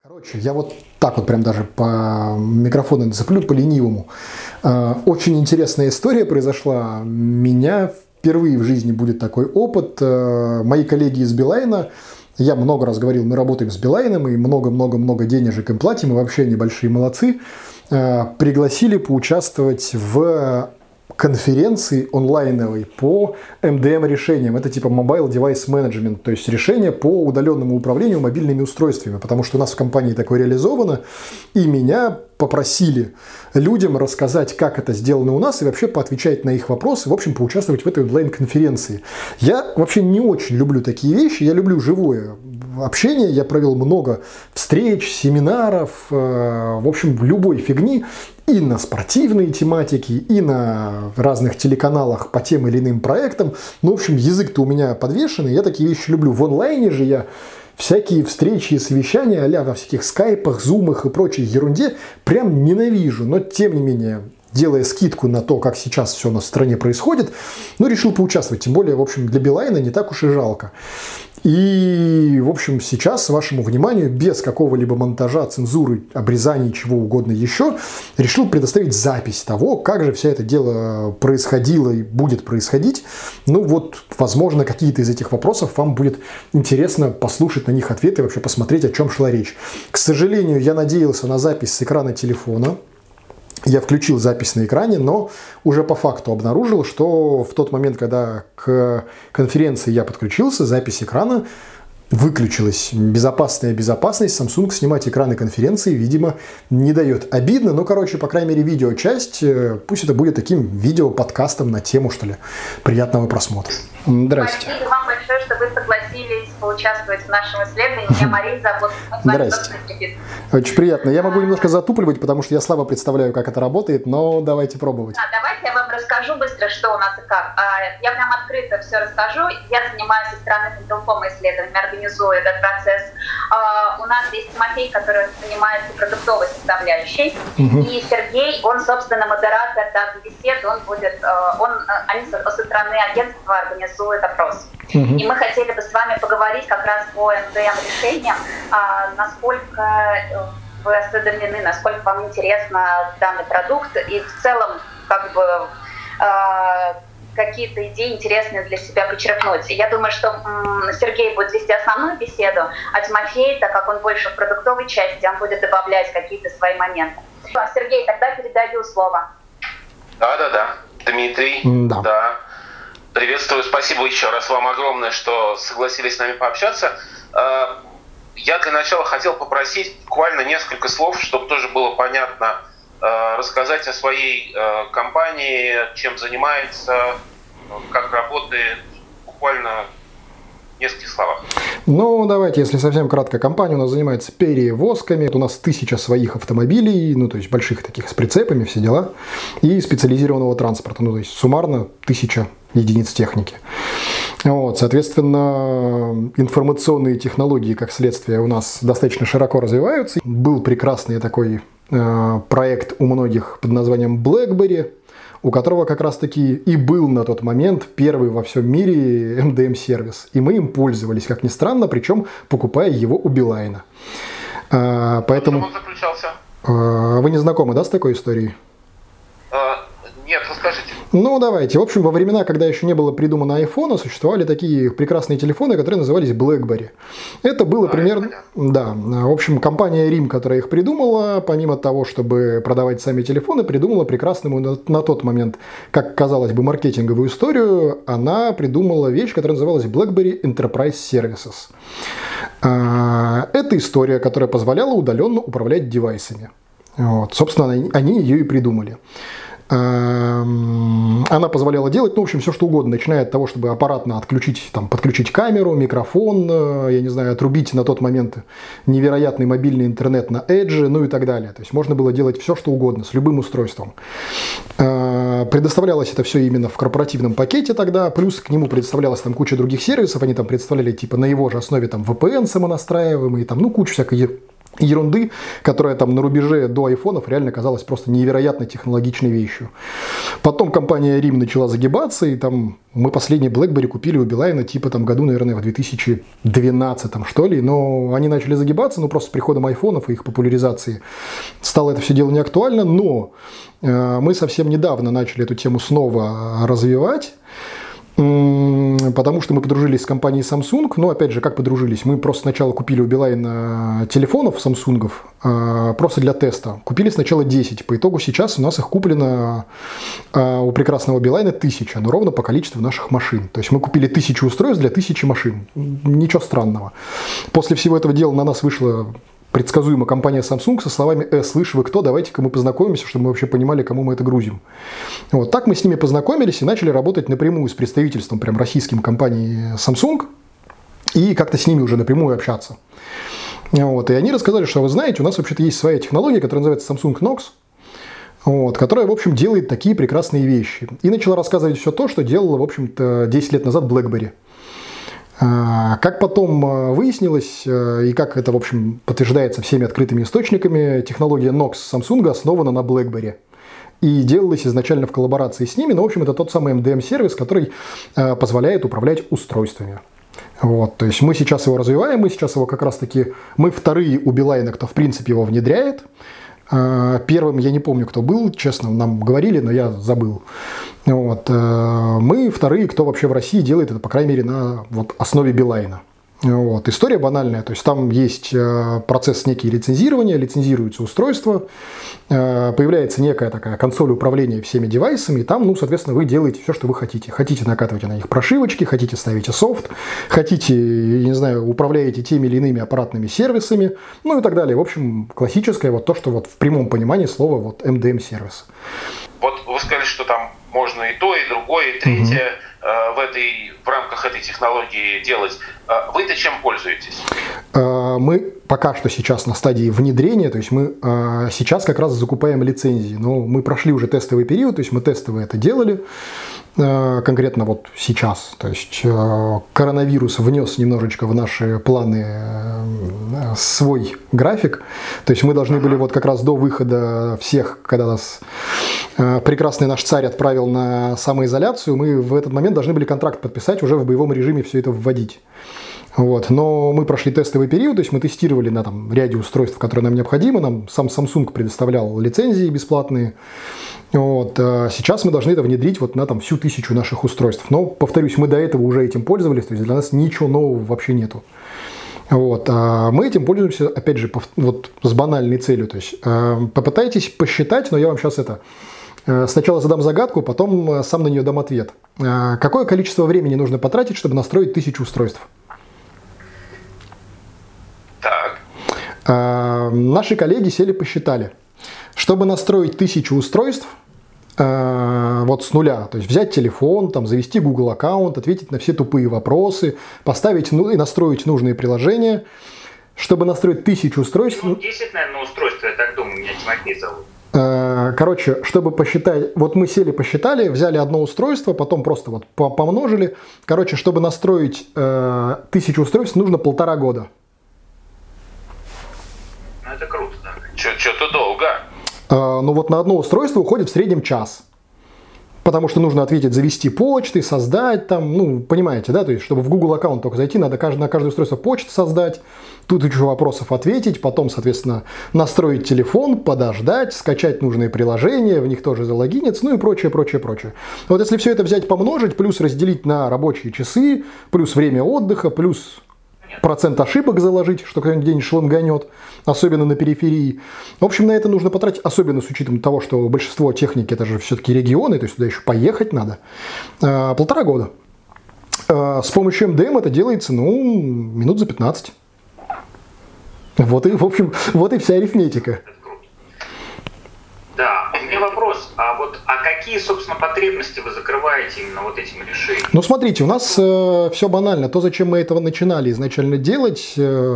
Короче, я вот так вот прям даже по микрофону зацеплю по-ленивому. Очень интересная история произошла. У меня впервые в жизни будет такой опыт. Мои коллеги из Билайна, я много раз говорил, мы работаем с Билайном и много-много-много денежек им платим, и вообще они большие молодцы, пригласили поучаствовать в конференции онлайновой по MDM-решениям. Это типа Mobile Device Management, то есть решение по удаленному управлению мобильными устройствами, потому что у нас в компании такое реализовано, и меня попросили людям рассказать, как это сделано у нас, и вообще поотвечать на их вопросы, в общем, поучаствовать в этой онлайн-конференции. Я вообще не очень люблю такие вещи, я люблю живое общение, я провел много встреч, семинаров, в общем, любой фигни, и на спортивные тематики, и на разных телеканалах по тем или иным проектам. Ну, в общем, язык-то у меня подвешенный, я такие вещи люблю. В онлайне же я всякие встречи и совещания а-ля во всяких скайпах, зумах и прочей ерунде прям ненавижу. Но, тем не менее, делая скидку на то, как сейчас все на стране происходит, решил поучаствовать. Тем более, в общем, для Билайна не так уж и жалко. И, в общем, сейчас вашему вниманию, без какого-либо монтажа, цензуры, обрезаний, чего угодно еще, решил предоставить запись того, как же все это дело происходило и будет происходить. Возможно, какие-то из этих вопросов вам будет интересно послушать на них ответы и вообще посмотреть, о чем шла речь. К сожалению, я надеялся на запись с экрана телефона. Я включил запись на экране, но уже по факту обнаружил, что в тот момент, когда к конференции я подключился, запись экрана выключилась. Безопасность. Samsung снимать экраны конференции, видимо, не дает. Обидно, по крайней мере, видеочасть, пусть это будет таким видео-подкастом на тему, что ли. Приятного просмотра. Здрасте. Спасибо вам большое, что вы согласились поучаствовать в нашем исследовании. Меня Мария зовут. Здрасте. Очень приятно. Я могу немножко затупливать, потому что я слабо представляю, как это работает, но давайте пробовать. Давайте я вам расскажу быстро, что у нас и как. Я прям открыто все расскажу. Я занимаюсь со стороны Финтелкома исследованиями, организую этот процесс. У нас есть Тимофей, который занимается продуктовой составляющей, и Сергей, он, собственно, модератор данной беседы, они со стороны агентства организуют опрос. И мы хотели бы с вами поговорить как раз по МДМ-решениям, насколько вы осведомлены, насколько вам интересно данный продукт, и в целом, какие-то идеи интересные для себя почерпнуть. Я думаю, что Сергей будет вести основную беседу, а Тимофей, так как он больше в продуктовой части, он будет добавлять какие-то свои моменты. Сергей, тогда передаю слово. Да. Дмитрий. Да. Приветствую, спасибо еще раз вам огромное, что согласились с нами пообщаться. Я для начала хотел попросить буквально несколько слов, чтобы тоже было понятно, рассказать о своей компании, чем занимается, как работает, буквально в нескольких словах. Давайте, если совсем кратко. Компания у нас занимается перевозками. У нас 1000 своих автомобилей, то есть больших таких с прицепами, все дела, и специализированного транспорта, то есть суммарно 1000 единиц техники. Соответственно, информационные технологии, как следствие, у нас достаточно широко развиваются. Был прекрасный такой проект у многих под названием BlackBerry, у которого как раз-таки и был на тот момент первый во всем мире MDM-сервис. И мы им пользовались, как ни странно, причем покупая его у Билайна. Поэтому... В чем он заключался? Вы не знакомы, с такой историей? Нет, расскажите. Давайте. В общем, во времена, когда еще не было придумано айфона, существовали такие прекрасные телефоны, которые назывались BlackBerry. Это было примерно... Да. В общем, компания RIM, которая их придумала, помимо того, чтобы продавать сами телефоны, придумала прекрасную на тот момент, как казалось бы, маркетинговую историю. Она придумала вещь, которая называлась BlackBerry Enterprise Services. Это история, которая позволяла удаленно управлять девайсами. Собственно, они ее и придумали. Она позволяла делать, все что угодно, начиная от того, чтобы аппаратно подключить камеру, микрофон, отрубить на тот момент невероятный мобильный интернет на Edge, и так далее. То есть можно было делать все, что угодно, с любым устройством. Предоставлялось это все именно в корпоративном пакете тогда, плюс к нему предоставлялась куча других сервисов, они представляли на его же основе VPN самонастраиваемый, кучу всякой ерунды, которая там на рубеже до айфонов реально казалась просто невероятно технологичной вещью. Потом компания RIM начала загибаться, и там мы последний BlackBerry купили у Билайна типа там году, наверное, в 2012 что ли, но они начали загибаться, ну просто с приходом айфонов и их популяризации стало это все дело неактуально, но мы совсем недавно начали эту тему снова развивать, потому что мы подружились с компанией Samsung. Но опять же, как подружились? Мы просто сначала купили у Билайна телефонов Самсунгов просто для теста. Купили сначала 10. По итогу сейчас у нас их куплено у прекрасного Билайна 1000, но ровно по количеству наших машин. То есть мы купили 1000 устройств для 1000 машин. Ничего странного. После всего этого дела на нас вышла предсказуемо компания Samsung со словами: слышь, вы кто, давайте-ка мы познакомимся, чтобы мы вообще понимали, кому мы это грузим. Вот так мы с ними познакомились и начали работать напрямую с представительством прям российским компании Samsung и как-то с ними уже напрямую общаться. Вот. И они рассказали, что вы знаете, у нас вообще-то есть своя технология, которая называется Samsung Knox, вот, которая, в общем, делает такие прекрасные вещи. И начала рассказывать все то, что делала, в общем-то, 10 лет назад BlackBerry. Как потом выяснилось, и как это, в общем, подтверждается всеми открытыми источниками, технология Knox Samsung основана на BlackBerry. И делалась изначально в коллаборации с ними, но, в общем, это тот самый MDM-сервис, который позволяет управлять устройствами. Вот, то есть мы сейчас его развиваем, мы сейчас его как раз-таки, мы вторые у Билайна, кто, в принципе, его внедряет. Первым я не помню, кто был, честно, нам говорили, но я забыл. Вот. Мы вторые, кто вообще в России делает это, по крайней мере, на вот основе Билайна. Вот. История банальная, то есть там есть процесс некий лицензирования, лицензируется устройство, появляется некая такая консоль управления всеми девайсами, и там, ну, соответственно, вы делаете все, что вы хотите. Хотите, накатываете на них прошивочки, хотите, ставите софт, хотите, я не знаю, управляете теми или иными аппаратными сервисами, ну и так далее. В общем, классическое вот то, что вот в прямом понимании слова вот MDM-сервис. Вот вы сказали, что там можно и то, и другое, и третье в рамках этой технологии делать. Вы-то чем пользуетесь? Мы пока что сейчас на стадии внедрения, то есть мы сейчас как раз закупаем лицензии. Но мы прошли уже тестовый период, то есть мы тестово это делали. Конкретно вот сейчас. То есть коронавирус внес немножечко в наши планы свой график. То есть мы должны были вот как раз до выхода всех, когда нас прекрасный наш царь отправил на самоизоляцию, мы в этот момент должны были контракт подписать, уже в боевом режиме все это вводить. Вот. Но мы прошли тестовый период, то есть мы тестировали на там, ряде устройств, которые нам необходимы. Нам сам Samsung предоставлял лицензии бесплатные. Вот. Сейчас мы должны это внедрить вот на там, всю 1000 наших устройств. Но, повторюсь, мы до этого уже этим пользовались, то есть для нас ничего нового вообще нету. Вот. А мы этим пользуемся, опять же, вот, с банальной целью. То есть попытайтесь посчитать, но я вам сейчас это... Сначала задам загадку, потом сам на нее дам ответ. Какое количество времени нужно потратить, чтобы настроить 1000 устройств? Так. Наши коллеги сели, посчитали. Чтобы настроить 1000 устройств, вот с нуля, то есть взять телефон, там, завести Google аккаунт, ответить на все тупые вопросы, поставить и настроить нужные приложения, чтобы настроить 1000 устройств... 10, наверное, устройств, я так думаю, меня Тимофей зовут. Короче, чтобы посчитать, вот мы сели, посчитали, взяли одно устройство, потом просто вот помножили. Короче, чтобы настроить 1000 устройств, нужно 1,5 года. Ну, это круто, да. Что-то долго. Ну вот на одно устройство уходит в среднем час. Потому что нужно ответить, завести почты, создать там, ну, понимаете, да, то есть, чтобы в Google аккаунт только зайти, надо на каждое устройство почту создать, тут еще вопросов ответить, потом, соответственно, настроить телефон, подождать, скачать нужные приложения, в них тоже залогиниться, ну и прочее, прочее, прочее. Вот если все это взять, помножить, плюс разделить на рабочие часы, плюс время отдыха, плюс процент ошибок заложить, что кто-нибудь день шланганет, особенно на периферии. В общем, на это нужно потратить, особенно с учетом того, что большинство техники это же все-таки регионы, то есть туда еще поехать надо. 1,5 года. С помощью MDM это делается, ну, минут за 15. Вот и, в общем, вот и вся арифметика. Да, у меня вопрос. вопрос. А какие, собственно, потребности вы закрываете именно вот этим решением? Ну, смотрите, у нас все банально. То, зачем мы этого начинали изначально делать,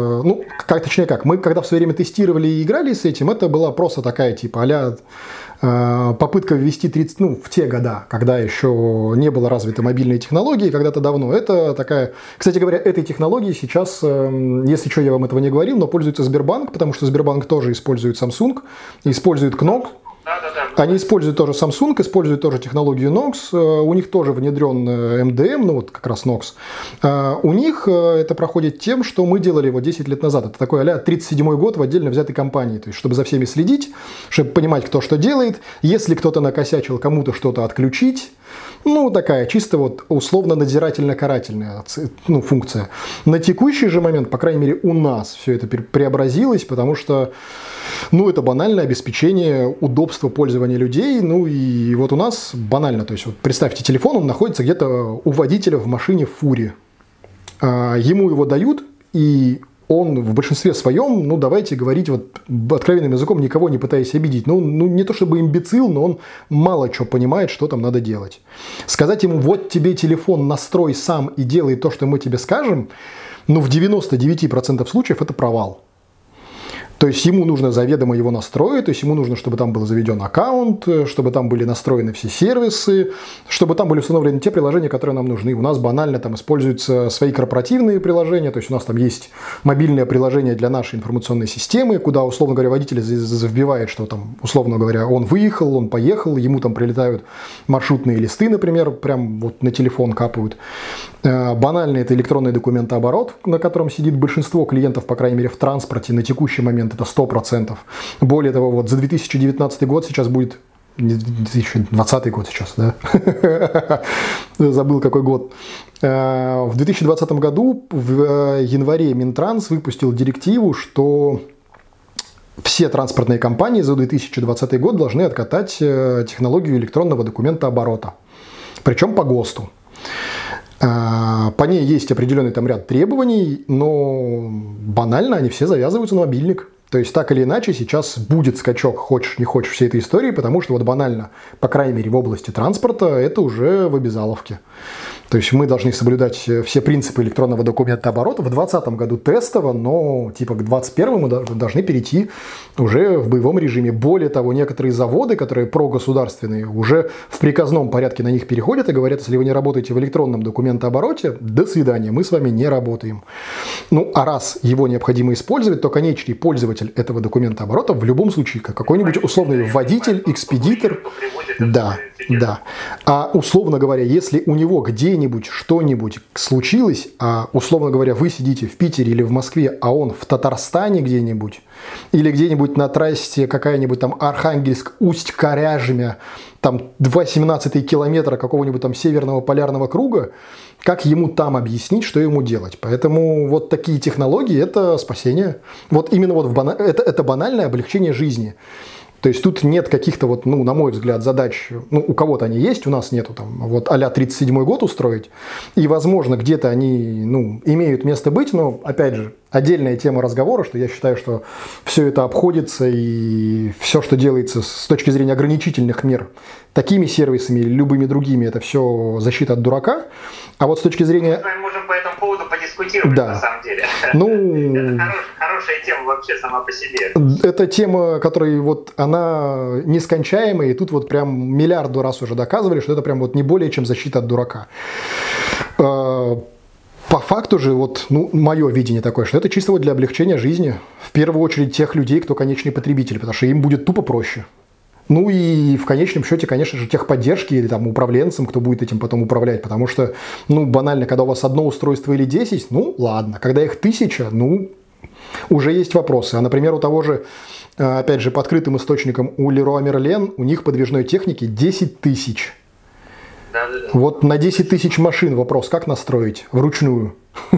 мы когда в свое время тестировали и играли с этим, это была просто такая, типа, а-ля попытка ввести 30, в те года, когда еще не было развиты мобильные технологии, когда-то давно. Это такая... Кстати говоря, этой технологией сейчас, если что, я вам этого не говорил, но пользуется Сбербанк, потому что Сбербанк тоже использует Samsung, использует Knog. Они используют тоже Samsung, используют тоже технологию Knox, у них тоже внедрен MDM, как раз Knox. У них это проходит тем, что мы делали его 10 лет назад. Это такой а-ля 37-й год в отдельно взятой компании, то есть чтобы за всеми следить, чтобы понимать, кто что делает, если кто-то накосячил, кому-то что-то отключить. Такая чисто условно-надзирательно-карательная функция. На текущий же момент, по крайней мере, у нас все это преобразилось, потому что это банальное обеспечение удобства пользования людей. И вот у нас банально, то есть представьте, телефон, он находится где-то у водителя в машине в фуре. Ему его дают, и он в большинстве своем, давайте говорить откровенным языком, никого не пытаясь обидеть, не то чтобы имбецил, но он мало что понимает, что там надо делать. Сказать ему, вот тебе телефон, настрой сам и делай то, что мы тебе скажем, в 99% случаев это провал. То есть ему нужно заведомо его настроить, то есть ему нужно, чтобы там был заведен аккаунт, чтобы там были настроены все сервисы, чтобы там были установлены те приложения, которые нам нужны. У нас банально там используются свои корпоративные приложения, то есть у нас там есть мобильное приложение для нашей информационной системы, куда, условно говоря, водитель вбивает, что там, условно говоря, он выехал, он поехал, ему там прилетают маршрутные листы, например, прям на телефон капают. Банально это электронный документооборот, на котором сидит большинство клиентов, по крайней мере, в транспорте на текущий момент. Это 100%. Более того, за 2019 год сейчас будет... 2020 год сейчас, да? Забыл, какой год. В 2020 году, в январе, Минтранс выпустил директиву, что все транспортные компании за 2020 год должны откатать технологию электронного документооборота. Причем по ГОСТу. По ней есть определенный там ряд требований, но банально они все завязываются на мобильник. То есть, так или иначе, сейчас будет скачок, хочешь не хочешь, всей этой истории, потому что банально, по крайней мере, в области транспорта, это уже в обязаловке. То есть, мы должны соблюдать все принципы электронного документооборота. В 2020 году тестово, но к 2021 мы должны перейти уже в боевом режиме. Более того, некоторые заводы, которые прогосударственные, уже в приказном порядке на них переходят и говорят, если вы не работаете в электронном документообороте, до свидания, мы с вами не работаем. А раз его необходимо использовать, то конечный пользователь этого документооборота в любом случае, как какой-нибудь условный водитель, экспедитор. Да. А условно говоря, если у него где-нибудь что-нибудь случилось, а условно говоря, вы сидите в Питере или в Москве, а он в Татарстане где-нибудь, или где-нибудь на трассе какая-нибудь там Архангельск, Усть-Коряжмя, там 2,17 километра какого-нибудь там северного полярного круга, как ему там объяснить, что ему делать? Поэтому такие технологии – это спасение. Именно это банальное облегчение жизни. То есть тут нет каких-то на мой взгляд, задач, у кого-то они есть, у нас нету там, а-ля 37-й год устроить. И, возможно, где-то они, имеют место быть, но, опять же, отдельная тема разговора, что я считаю, что все это обходится и все, что делается с точки зрения ограничительных мер такими сервисами или любыми другими, это все защита от дурака. А с точки зрения... Мы с вами можем по этому поводу подискутировать, да. На самом деле. Это хорошая тема вообще сама по себе. Это тема, которая она нескончаемая, и тут прям миллиарду раз уже доказывали, что это прям не более чем защита от дурака. По факту же, мое видение такое, что это чисто для облегчения жизни. В первую очередь тех людей, кто конечный потребитель, потому что им будет тупо проще. И в конечном счете, конечно же, техподдержки или там управленцам, кто будет этим потом управлять. Потому что, банально, когда у вас одно устройство или 10, ладно. Когда их 1000, уже есть вопросы. А, например, у того же, опять же, по открытым источникам, у Leroy Merlin, у них подвижной техники 10 тысяч. Да. На 10 тысяч машин вопрос, как настроить вручную?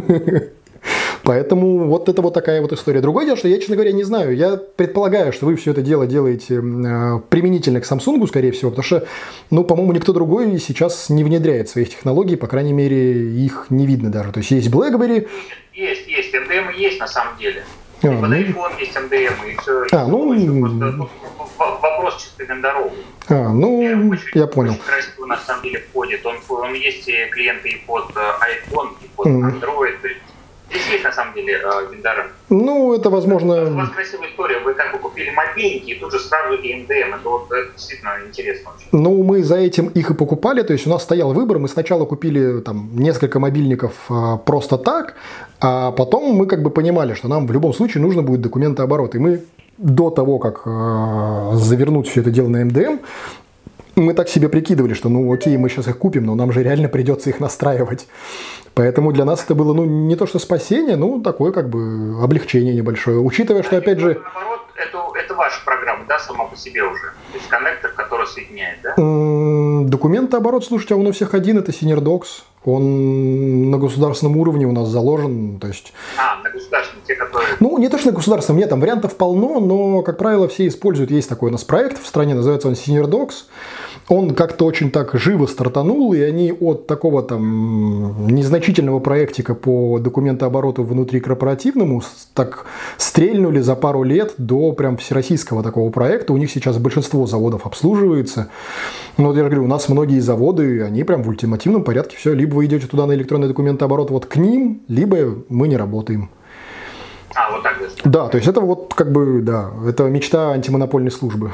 Поэтому это такая история. Другое дело, что я, честно говоря, не знаю. Я предполагаю, что вы все это дело делаете применительно к Samsung, скорее всего, потому что, по-моему, никто другой сейчас не внедряет своих технологий, по крайней мере, их не видно даже. То есть есть BlackBerry. Есть. MDM есть на самом деле. На iPhone есть MDM, и все. Вопрос вопрос чисто вендоровый. Я понял. Очень красиво на самом деле входит. Он есть и клиенты и под iPhone, и под Android. Здесь есть на самом деле вендоры. Это возможно... У вас красивая история. Вы как бы купили мобильники и тут же сразу и МДМ. Это действительно интересно очень. Мы за этим их и покупали. То есть у нас стоял выбор. Мы сначала купили там несколько мобильников просто так, а потом мы как бы понимали, что нам в любом случае нужно будет документооборот. И мы до того, как завернуть все это дело на МДМ, мы так себе прикидывали, что окей, мы сейчас их купим, но нам же реально придется их настраивать. Поэтому для нас это было, не то что спасение, такое как бы облегчение небольшое. Учитывая, что опять же... Наоборот, это ваша программа, да, сама по себе уже? То есть коннектор, который соединяет, да? Документооборот, слушайте, он у всех один, это SeniorDocs. Он на государственном уровне у нас заложен, то есть... на государственном, те, которые... Не то, что на государственном, нет, там вариантов полно, но, как правило, все используют. Есть такой у нас проект в стране, называется он SeniorDocs. Он как-то очень так живо стартанул, и они от такого там незначительного проектика по документообороту внутрикорпоративному так стрельнули за пару лет до прям всероссийского такого проекта. У них сейчас большинство заводов обслуживается. Я же говорю, у нас многие заводы, они прям в ультимативном порядке все. Либо вы идете туда на электронный документооборот вот к ним, либо мы не работаем. Вот так. Да, то есть это это мечта антимонопольной службы.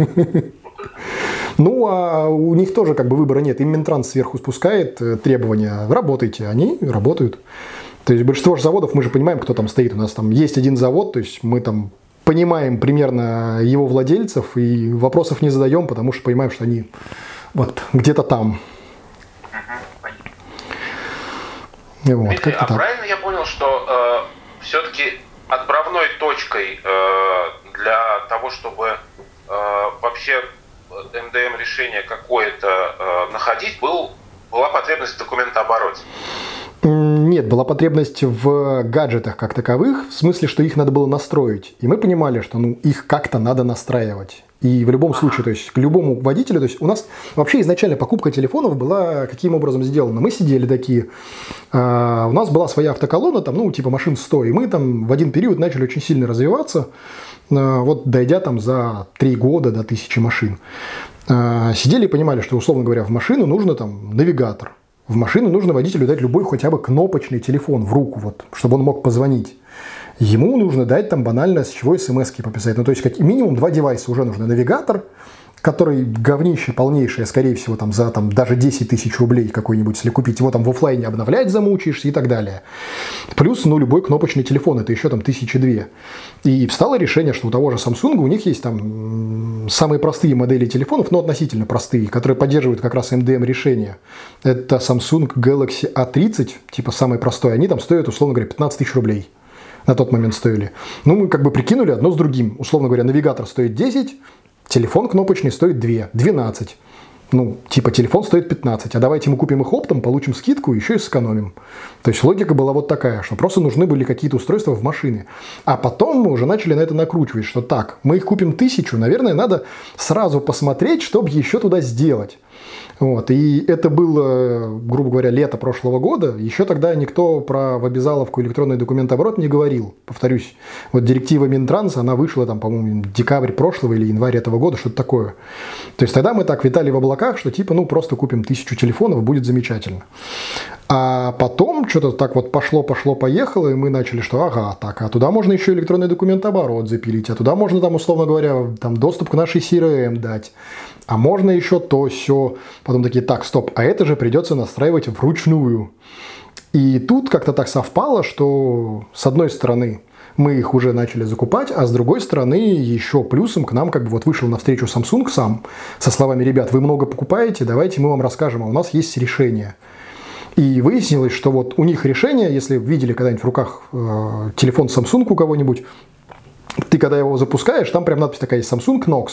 А у них тоже как бы выбора нет. Им Минтранс сверху спускает требования. Работайте. Они работают. То есть большинство же заводов, мы же понимаем, кто там стоит. У нас там есть один завод, то есть мы там понимаем примерно его владельцев и вопросов не задаем, потому что понимаем, что они где-то там. Дмитрий, правильно я понял, что все-таки отправной точкой для того, чтобы вообще МДМ решение какое-то находить, была потребность в документообороте? Нет, была потребность в гаджетах как таковых, в смысле, что их надо было настроить. И мы понимали, что их как-то надо настраивать. И в любом случае, то есть к любому водителю, то есть у нас вообще изначально покупка телефонов была каким образом сделана. Мы сидели такие, у нас была своя автоколонна, там, типа машин 100, и мы там в один период начали очень сильно развиваться, дойдя там за 3 года до 1000 машин. Сидели и понимали, что, условно говоря, в машину нужно там навигатор. В машину нужно водителю дать любой хотя бы кнопочный телефон в руку, чтобы он мог позвонить. Ему нужно дать там банально, с чего смс-ки пописать. То есть как минимум 2 девайса уже нужно. Навигатор, который говнище полнейшее, скорее всего, за даже 10 тысяч рублей какой-нибудь, если купить его там в офлайне, обновлять замучаешься и так далее. Плюс, любой кнопочный телефон, это еще там 1002. И встало решение, что у того же Samsung, у них есть там самые простые модели телефонов, относительно простые, которые поддерживают как раз MDM решения. Это Samsung Galaxy A30, типа самый простой. Они там стоят, условно говоря, 15 тысяч рублей. На тот момент стоили. Мы как бы прикинули одно с другим. Условно говоря, навигатор стоит 10, телефон кнопочный стоит 12. Телефон стоит 15, а давайте мы купим их оптом, получим скидку, еще и сэкономим. То есть логика была вот такая, что просто нужны были какие-то устройства в машины. А потом мы уже начали на это накручивать, что так, мы их купим 1000, наверное, надо сразу посмотреть, чтобы еще туда сделать. И это было, грубо говоря, лето прошлого года. Еще тогда никто про веб-обязаловку, электронный документооборот не говорил. Повторюсь, директива Минтранса, она вышла, по-моему, декабрь прошлого или январь этого года, что-то такое. То есть тогда мы так витали в облаках, что просто купим 1000 телефонов, будет замечательно. А потом что-то так пошло-поехало, и мы начали, что а туда можно еще электронный документооборот запилить, а туда можно, условно говоря, доступ к нашей CRM дать. А можно еще то, сё. Потом такие, так, стоп, а это же придется настраивать вручную. И тут как-то так совпало, что с одной стороны мы их уже начали закупать, а с другой стороны еще плюсом к нам вышел навстречу Samsung сам со словами: ребят, вы много покупаете, давайте мы вам расскажем, а у нас есть решение. И выяснилось, что у них решение, если видели когда-нибудь в руках телефон Samsung у кого-нибудь, ты когда его запускаешь, там прям надпись такая есть: Samsung Knox.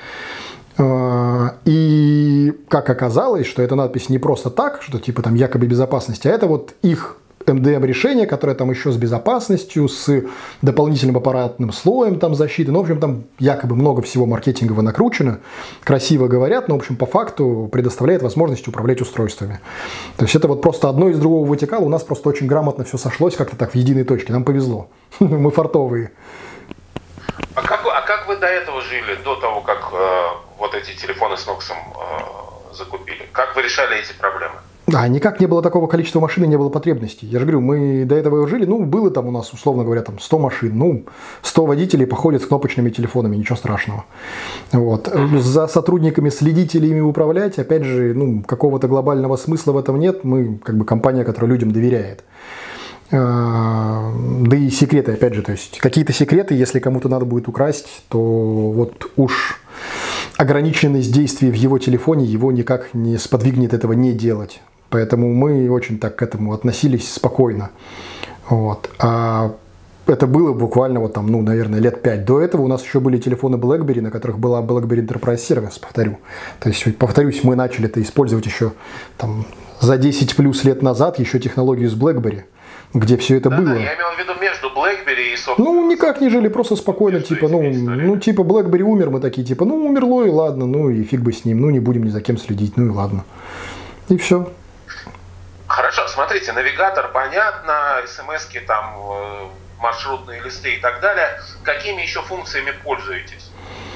И как оказалось, что эта надпись не просто так, что якобы безопасность, а это их MDM решение, которое там еще с безопасностью, с дополнительным аппаратным слоем защиты. В общем, там якобы много всего маркетингово накручено, красиво говорят, но, в общем, по факту предоставляет возможность управлять устройствами. То есть это просто одно из другого вытекало. У нас просто очень грамотно все сошлось как-то так в единой точке. Нам повезло. Мы фартовые. А как вы до этого жили, до того, как вот эти телефоны с Ноксом закупили? Как вы решали эти проблемы? Никак не было такого количества машин и не было потребностей. Я же говорю, мы до этого жили, было там у нас, условно говоря, там 100 машин, 100 водителей походят с кнопочными телефонами, ничего страшного. Вот. За сотрудниками следить или ими управлять, опять же, какого-то глобального смысла в этом нет. Мы как бы компания, которая людям доверяет. Да и секреты, опять же, то есть какие-то секреты, если кому-то надо будет украсть, то вот уж ограниченность действий в его телефоне его никак не сподвигнет этого не делать. Поэтому мы очень так к этому относились спокойно. Вот. А это было буквально наверное, лет 5. До этого у нас еще были телефоны BlackBerry, на которых была BlackBerry Enterprise Service, повторю. То есть, повторюсь, мы начали это использовать еще за 10 плюс лет назад, еще технологию с BlackBerry, где все это было. Я имел в виду между BlackBerry и собственно. Никак не жили, просто спокойно, BlackBerry умер, мы такие, умерло, и ладно, и фиг бы с ним, не будем ни за кем следить, и ладно. И все. Хорошо, смотрите, навигатор, понятно, смс-ки, маршрутные листы и так далее. Какими еще функциями пользуетесь?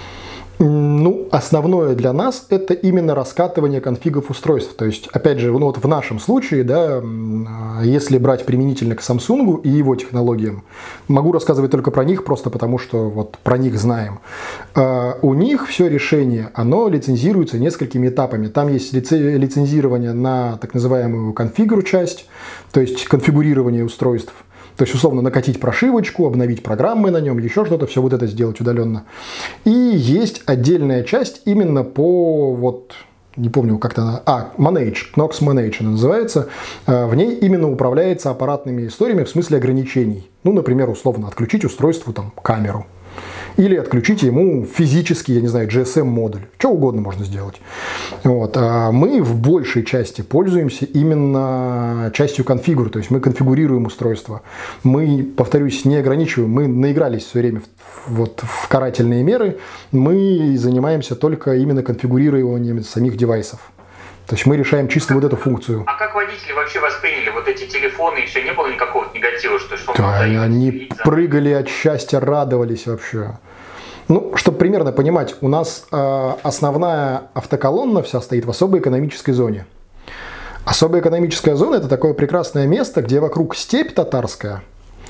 Основное для нас это именно раскатывание конфигов устройств. То есть, опять же, в нашем случае, если брать применительно к Samsung и его технологиям, могу рассказывать только про них, просто потому что про них знаем. У них все решение, оно лицензируется несколькими этапами. Там есть лицензирование на так называемую конфигуру часть, то есть конфигурирование устройств. То есть, условно, накатить прошивочку, обновить программы на нем, еще что-то, все это сделать удаленно. И есть отдельная часть именно по, не помню, как-то она, Manage, Knox Manage она называется. В ней именно управляется аппаратными историями в смысле ограничений. Например, условно, отключить устройству камеру. Или отключите ему физически, GSM-модуль. Что угодно можно сделать. А мы в большей части пользуемся именно частью конфигур. То есть мы конфигурируем устройство. Мы, повторюсь, не ограничиваем. Мы наигрались все время в карательные меры. Мы занимаемся только именно конфигурированием самих девайсов. То есть мы решаем чисто эту функцию. А как водители вообще восприняли эти телефоны? И все, не было никакого негатива? Они прыгали от счастья, радовались вообще. Чтобы примерно понимать, у нас основная автоколонна вся стоит в особой экономической зоне. Особая экономическая зона – это такое прекрасное место, где вокруг степь татарская,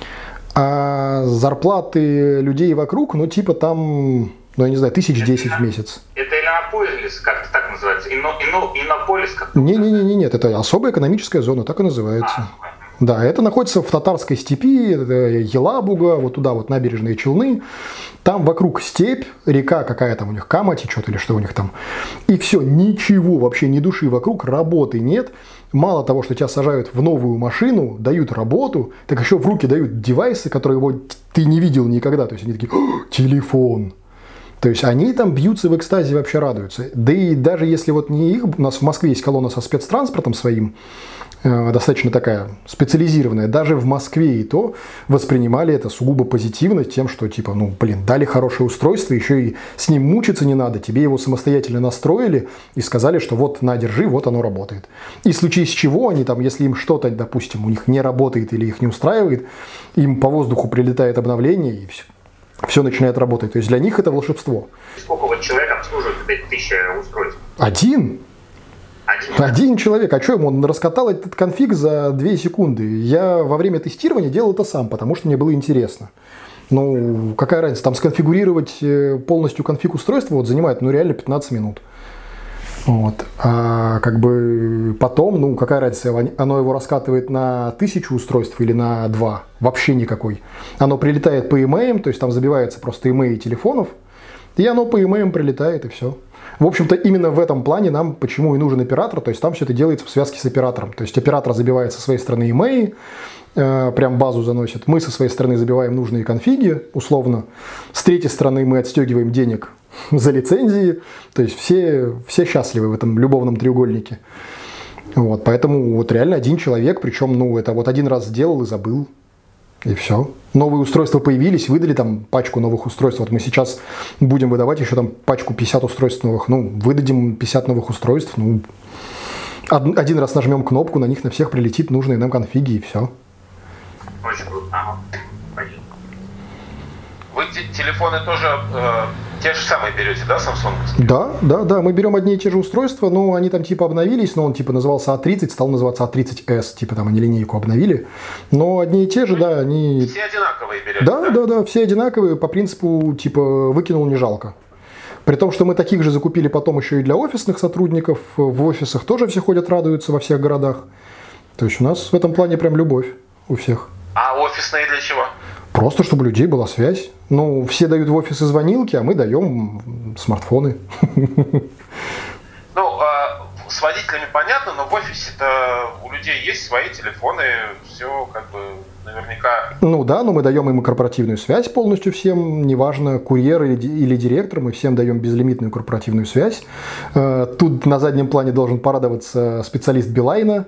а зарплаты людей вокруг, там... я не знаю, 1010 в месяц. Это Иннополис, как-то так называется? Иннополис как-то? Нет, это особая экономическая зона, так и называется. Да, это находится в татарской степи, Елабуга, туда набережные Челны. Там вокруг степь, река какая-то у них, Кама течет или что у них там. И все, ничего, вообще ни души вокруг, работы нет. Мало того, что тебя сажают в новую машину, дают работу, так еще в руки дают девайсы, которые ты не видел никогда. То есть они такие, телефон. То есть они там бьются в экстазе, вообще радуются. Да и даже если не их, у нас в Москве есть колонна со спецтранспортом своим, достаточно такая специализированная, даже в Москве и то воспринимали это сугубо позитивно, тем, что дали хорошее устройство, еще и с ним мучиться не надо, тебе его самостоятельно настроили и сказали, что на, держи, оно работает. И в случае с чего они если им что-то, допустим, у них не работает или их не устраивает, им по воздуху прилетает обновление и все начинает работать. То есть для них это волшебство. Сколько человек обслуживает 1000 устройств? Один человек. А что ему? Он раскатал этот конфиг за 2 секунды. Я во время тестирования делал это сам, потому что мне было интересно. Какая разница? Там сконфигурировать полностью конфиг устройства занимает реально 15 минут. А потом, какая разница, оно его раскатывает на 1000 устройств или на 2? Вообще никакой. Оно прилетает по имеям, то есть там забивается просто имеи телефонов, и оно по имеям прилетает, и все. В общем-то, именно в этом плане нам почему и нужен оператор, то есть там все это делается в связке с оператором. То есть оператор забивает со своей стороны имеи, прям базу заносит. Мы со своей стороны забиваем нужные конфиги, условно. С третьей стороны мы отстегиваем денег за лицензии. То есть все счастливы в этом любовном треугольнике. Поэтому реально один человек, причем это один раз сделал и забыл. И все. Новые устройства появились, выдали пачку новых устройств. Мы сейчас будем выдавать еще пачку 50 устройств новых. Выдадим 50 новых устройств. Один раз нажмем кнопку, на них на всех прилетит нужные нам конфиги, и все. Очень круто. Вы телефоны тоже те же самые берете, да, Samsung? Да, мы берем одни и те же устройства, но они там типа обновились, но он типа назывался A30, стал называться A30s, типа там они линейку обновили, но одни и те же, да, они... Все одинаковые берете, да, все одинаковые, по принципу типа выкинул не жалко. При том, что мы таких же закупили потом еще и для офисных сотрудников, в офисах тоже все ходят, радуются во всех городах. То есть у нас в этом плане прям любовь у всех. А офисные для чего? Просто, чтобы у людей была связь. Ну, все дают в офисы звонилки, а мы даем смартфоны. Ну, с водителями понятно, но в офисе-то у людей есть свои телефоны, все как бы наверняка... Ну да, но мы даем им корпоративную связь полностью всем, неважно, курьер или директор, мы всем даем безлимитную корпоративную связь. Тут на заднем плане должен порадоваться специалист Билайна.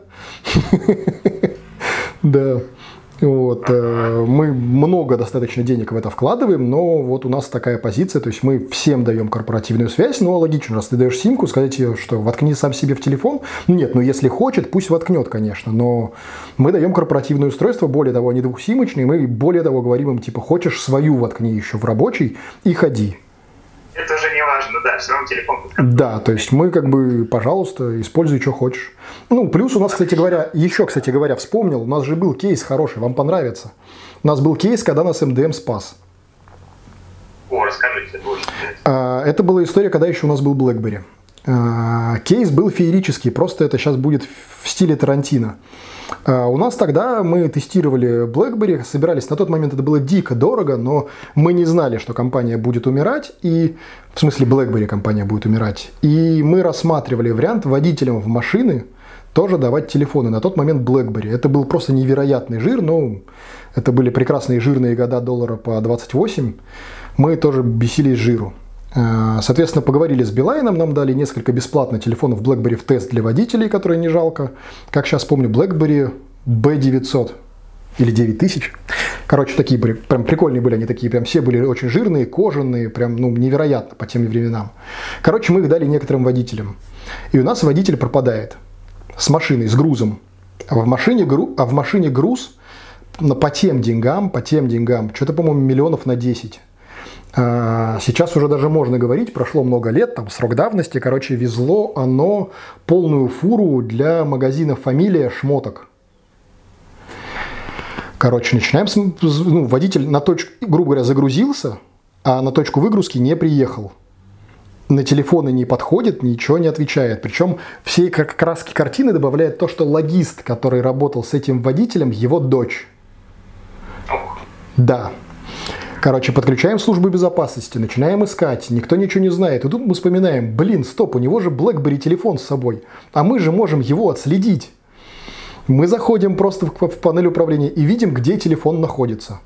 Да. Вот. Мы много достаточно денег в это вкладываем, но вот у нас такая позиция, то есть мы всем даем корпоративную связь, но логично, раз ты даешь симку, сказать ей, что воткни сам себе в телефон, нет, ну если хочет, пусть воткнет, конечно, но мы даем корпоративное устройство, более того, они двухсимочные, мы более того говорим им, типа, хочешь свою воткни еще в рабочий и ходи. Это уже не важно, да, все равно телефон. Да, то есть мы как бы, пожалуйста, используй, что хочешь. Ну, плюс у нас, кстати говоря, вспомнил, у нас же был кейс хороший, вам понравится. У нас был кейс, когда нас МДМ спас. О, расскажите, это очень интересно. Это была история, когда еще у нас был BlackBerry. Кейс был феерический, просто это сейчас будет в стиле Тарантино. У нас тогда мы тестировали BlackBerry, собирались, на тот момент это было дико дорого, но мы не знали, что компания будет умирать, и в смысле BlackBerry компания будет умирать. И мы рассматривали вариант водителям в машины тоже давать телефоны. На тот момент BlackBerry. Это был просто невероятный жир, но это были прекрасные жирные года, доллара по 28. Мы тоже бесились жиру. Соответственно, поговорили с Билайном, нам дали несколько бесплатно телефонов BlackBerry в тест для водителей, которые не жалко. Как сейчас помню, BlackBerry B900 или 9000. Короче, такие были, прям прикольные были они такие, прям все были очень жирные, кожаные, прям, ну, невероятно по тем временам. Короче, мы их дали некоторым водителям. И у нас водитель пропадает с машиной, с грузом. А в машине груз по тем деньгам, что-то, по-моему, миллионов на 10. Сейчас уже даже можно говорить, прошло много лет, там срок давности, короче, везло оно полную фуру для магазина «Фамилия» шмоток. Короче, начинаем, водитель на точку, грубо говоря, загрузился, а на точку выгрузки не приехал. На телефоны не подходит, ничего не отвечает. Причем все краски картины добавляет то, что логист, который работал с этим водителем, его дочь. Да. Короче, подключаем службу безопасности, начинаем искать, никто ничего не знает. И тут мы вспоминаем, стоп, у него же BlackBerry телефон с собой, а мы же можем его отследить. Мы заходим просто в панель управления и видим, где телефон находится.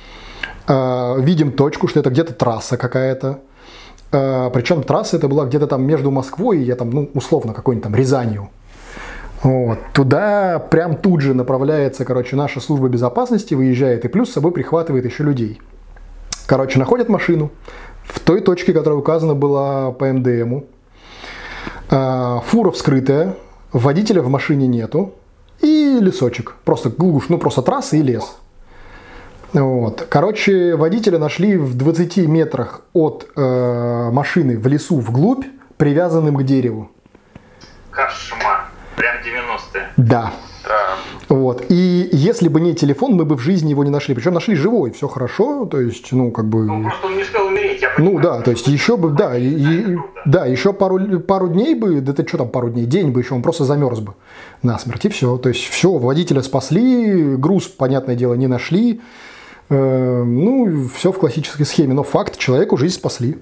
Видим точку, что это где-то трасса какая-то. Причем трасса это была где-то там между Москвой и, условно, какой-нибудь там Рязанью. Вот. Туда прям тут же направляется, наша служба безопасности, выезжает и плюс с собой прихватывает еще людей. Находят машину в той точке, которая указана была по МДМу. Фура вскрытая, водителя в машине нету. И лесочек. Просто глушь, просто трасса и лес. Вот. Водителя нашли в 20 метрах от машины в лесу вглубь, привязанным к дереву. Кошмар. Прям 90-е. Да. Вот. И если бы не телефон, мы бы в жизни его не нашли. Причем нашли живой, все хорошо. То есть, просто он не успел умереть, я понимаю. Да, то есть еще бы, еще пару дней бы, пару дней, день бы еще, он просто замерз бы насмерть, и все. То есть все, водителя спасли, груз, понятное дело, не нашли. Все в классической схеме. Но факт, человеку жизнь спасли.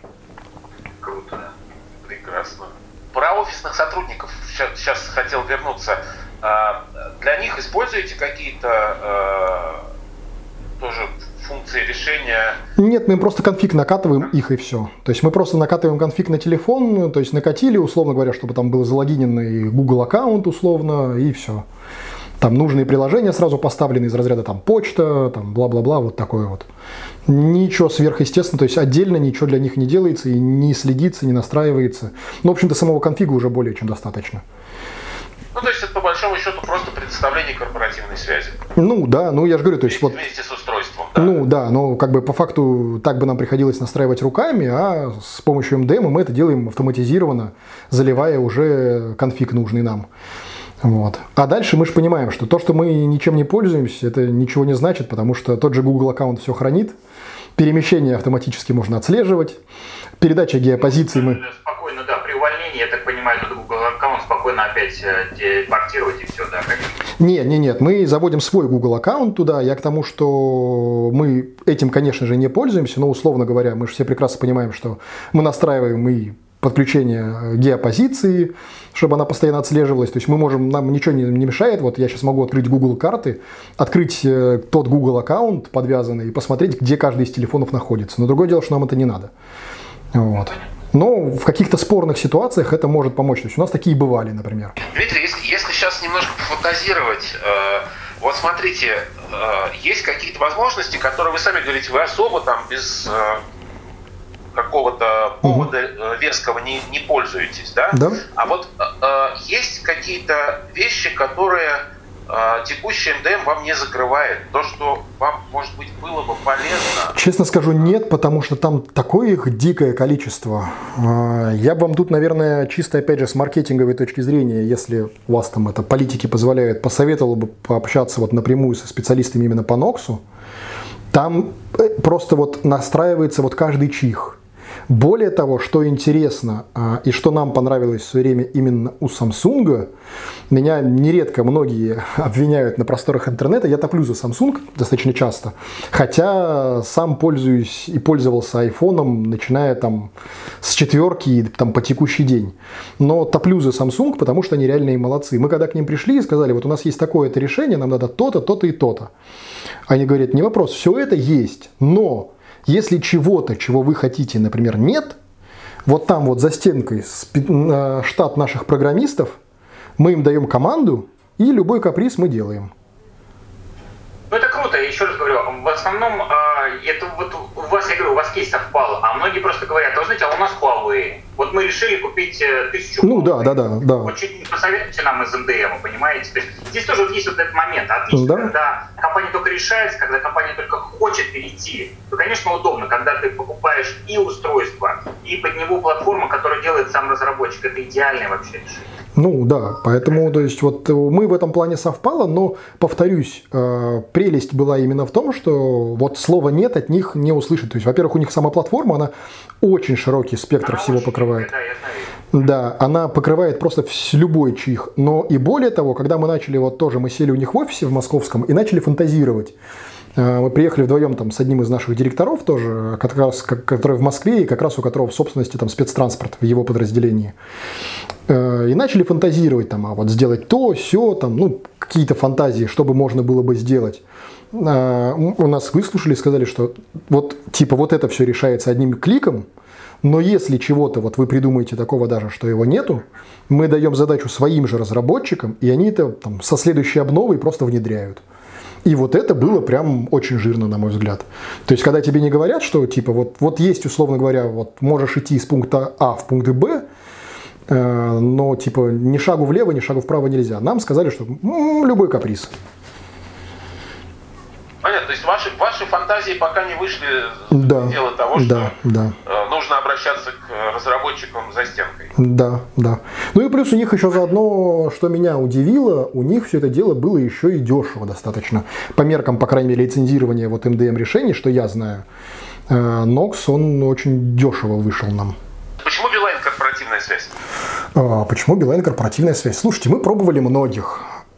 Круто. Прекрасно. Про офисных сотрудников сейчас хотел вернуться. Для них используете какие-то тоже функции решения? Нет, мы просто конфиг накатываем их и все. То есть мы просто накатываем конфиг на телефон, то есть накатили, условно говоря, чтобы там был залогиненный Google аккаунт условно, и все. Там нужные приложения сразу поставлены из разряда там почта, там бла-бла-бла, вот такое вот. Ничего сверхъестественного, то есть отдельно ничего для них не делается и не следится, не настраивается. В общем-то, самого конфига уже более чем достаточно. То есть это по большому счету просто предоставление корпоративной связи. Да, я же говорю, то есть вместе с устройством. Да. Ну да, но как бы по факту так бы нам приходилось настраивать руками, а с помощью MDM мы это делаем автоматизированно, заливая уже конфиг нужный нам. Вот. А дальше мы же понимаем, что то, что мы ничем не пользуемся, это ничего не значит, потому что тот же Google аккаунт все хранит, перемещение автоматически можно отслеживать, передача геопозиции мы... Спокойно, да, при увольнении, я так понимаю, этот Google аккаунт спокойно опять депортировать и все, да? Нет, мы заводим свой Google аккаунт туда, я к тому, что мы этим, конечно же, не пользуемся, но, условно говоря, мы же все прекрасно понимаем, что мы настраиваем и подключение геопозиции, чтобы она постоянно отслеживалась. То есть мы можем, нам ничего не мешает. Вот я сейчас могу открыть Google карты, открыть тот Google аккаунт подвязанный и посмотреть, где каждый из телефонов находится. Но другое дело, что нам это не надо. Вот. Но в каких-то спорных ситуациях это может помочь. То есть у нас такие бывали, например. Дмитрий, если сейчас немножко пофантазировать, вот смотрите, есть какие-то возможности, которые вы сами говорите, вы особо там без какого-то повода веского не пользуетесь, да? Да. А вот есть какие-то вещи, которые текущий МДМ вам не закрывает? То, что вам, может быть, было бы полезно? Честно скажу, нет, потому что там такое их дикое количество. Я бы вам тут, наверное, чисто, опять же, с маркетинговой точки зрения, если у вас там это политики позволяют, посоветовал бы пообщаться вот напрямую со специалистами именно по Ноксу. Там просто вот настраивается вот каждый чих. Более того, что интересно и что нам понравилось в свое время именно у Samsung, меня нередко многие обвиняют на просторах интернета, я топлю за Samsung достаточно часто, хотя сам пользуюсь и пользовался айфоном, начиная там с 4 и там по текущий день. Но топлю за Samsung, потому что они реальные молодцы. Мы когда к ним пришли и сказали, вот у нас есть такое-то решение, нам надо то-то, то-то и то-то. Они говорят, не вопрос, все это есть, но... Если чего-то, чего вы хотите, например, нет, вот там вот за стенкой штат наших программистов, мы им даем команду, и любой каприз мы делаем. Ну это круто, я еще раз говорю, в основном, это вот у вас, я говорю, у вас кейс совпал, а многие просто говорят, а вы знаете, а у нас Huawei, вот мы решили купить 1000 Ну Huawei. Да. Вот чуть не посоветуйте нам из МДМ, понимаете? То есть здесь тоже вот есть вот этот момент, отлично, да. Когда компания только решается, когда компания только хочет перейти, то, конечно, удобно, когда ты покупаешь и устройство, и под него платформу, которую делает сам разработчик, это идеальное вообще решение. Ну да, поэтому, то есть вот мы в этом плане совпало, но, повторюсь, прелесть была именно в том, что вот слова «нет» от них не услышать. То есть, во-первых, у них сама платформа, она очень широкий спектр она всего покрывает. Да, я знаю. Да, она покрывает просто любой чих. Но и более того, когда мы начали, вот тоже мы сели у них в офисе в московском и начали фантазировать. Мы приехали вдвоем там, с одним из наших директоров тоже, как раз, который в Москве и как раз у которого в собственности там, спецтранспорт в его подразделении. И начали фантазировать, там, а вот сделать то, сё, там, ну, какие-то фантазии, чтобы можно было бы сделать. У нас выслушали и сказали, что вот, типа, вот это все решается одним кликом, но если чего-то вот вы придумаете такого даже, что его нету, мы даем задачу своим же разработчикам, и они это там, со следующей обновой просто внедряют. И вот это было прям очень жирно, на мой взгляд. То есть, когда тебе не говорят, что типа вот есть, условно говоря, вот можешь идти из пункта А в пункт Б, но типа ни шагу влево, ни шагу вправо нельзя. Нам сказали, что любой каприз. Понятно, то есть ваши фантазии пока не вышли за дело того, что нужно обращаться к разработчикам за стенкой. Да. Ну и плюс у них еще заодно, что меня удивило, у них все это дело было еще и дешево достаточно. По меркам, по крайней мере, лицензирования вот MDM решений, что я знаю, Nox, он очень дешево вышел нам. Почему Билайн корпоративная связь? Почему Билайн корпоративная связь? Слушайте, мы пробовали многих. У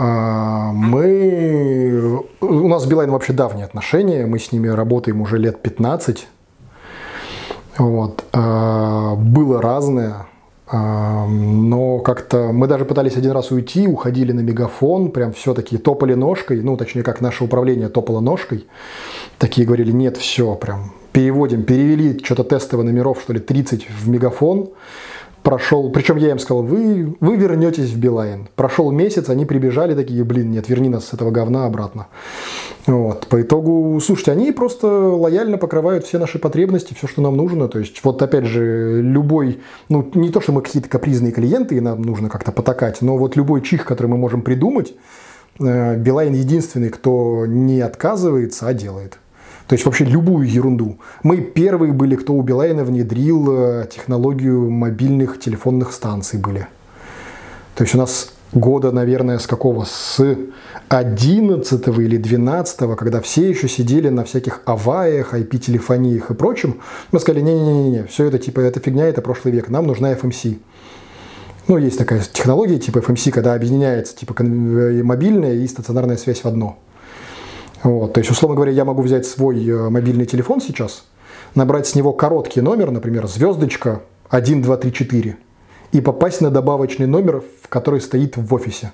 нас с Билайн вообще давние отношения, мы с ними работаем уже лет 15. Вот. Было разное, но как-то мы даже пытались один раз уйти, уходили на Мегафон, прям все-таки топали ножкой, ну точнее как наше управление топало ножкой. Такие говорили, нет, все, прям перевели что-то тестово номеров, что ли, 30 в Мегафон. Прошел, причем я им сказал, вы вернетесь в Билайн. Прошел месяц, они прибежали такие, блин, нет, верни нас с этого говна обратно. Вот. По итогу, слушайте, они просто лояльно покрывают все наши потребности, все, что нам нужно. То есть, вот опять же, любой, ну, не то, что мы какие-то капризные клиенты, и нам нужно как-то потакать, но вот любой чих, который мы можем придумать, Билайн единственный, кто не отказывается, а делает. То есть вообще любую ерунду. Мы первые были, кто у Билайна внедрил технологию мобильных телефонных станций были. То есть у нас года, наверное, с какого? С 11 или 12, когда все еще сидели на всяких аваях, IP-телефониях и прочем, мы сказали, не-не-не, все это типа, это фигня, это прошлый век, нам нужна FMC. Ну, есть такая технология типа FMC, когда объединяется типа мобильная и стационарная связь в одно. Вот. То есть, условно говоря, я могу взять свой мобильный телефон сейчас, набрать с него короткий номер, например, звездочка 1234, и попасть на добавочный номер, который стоит в офисе.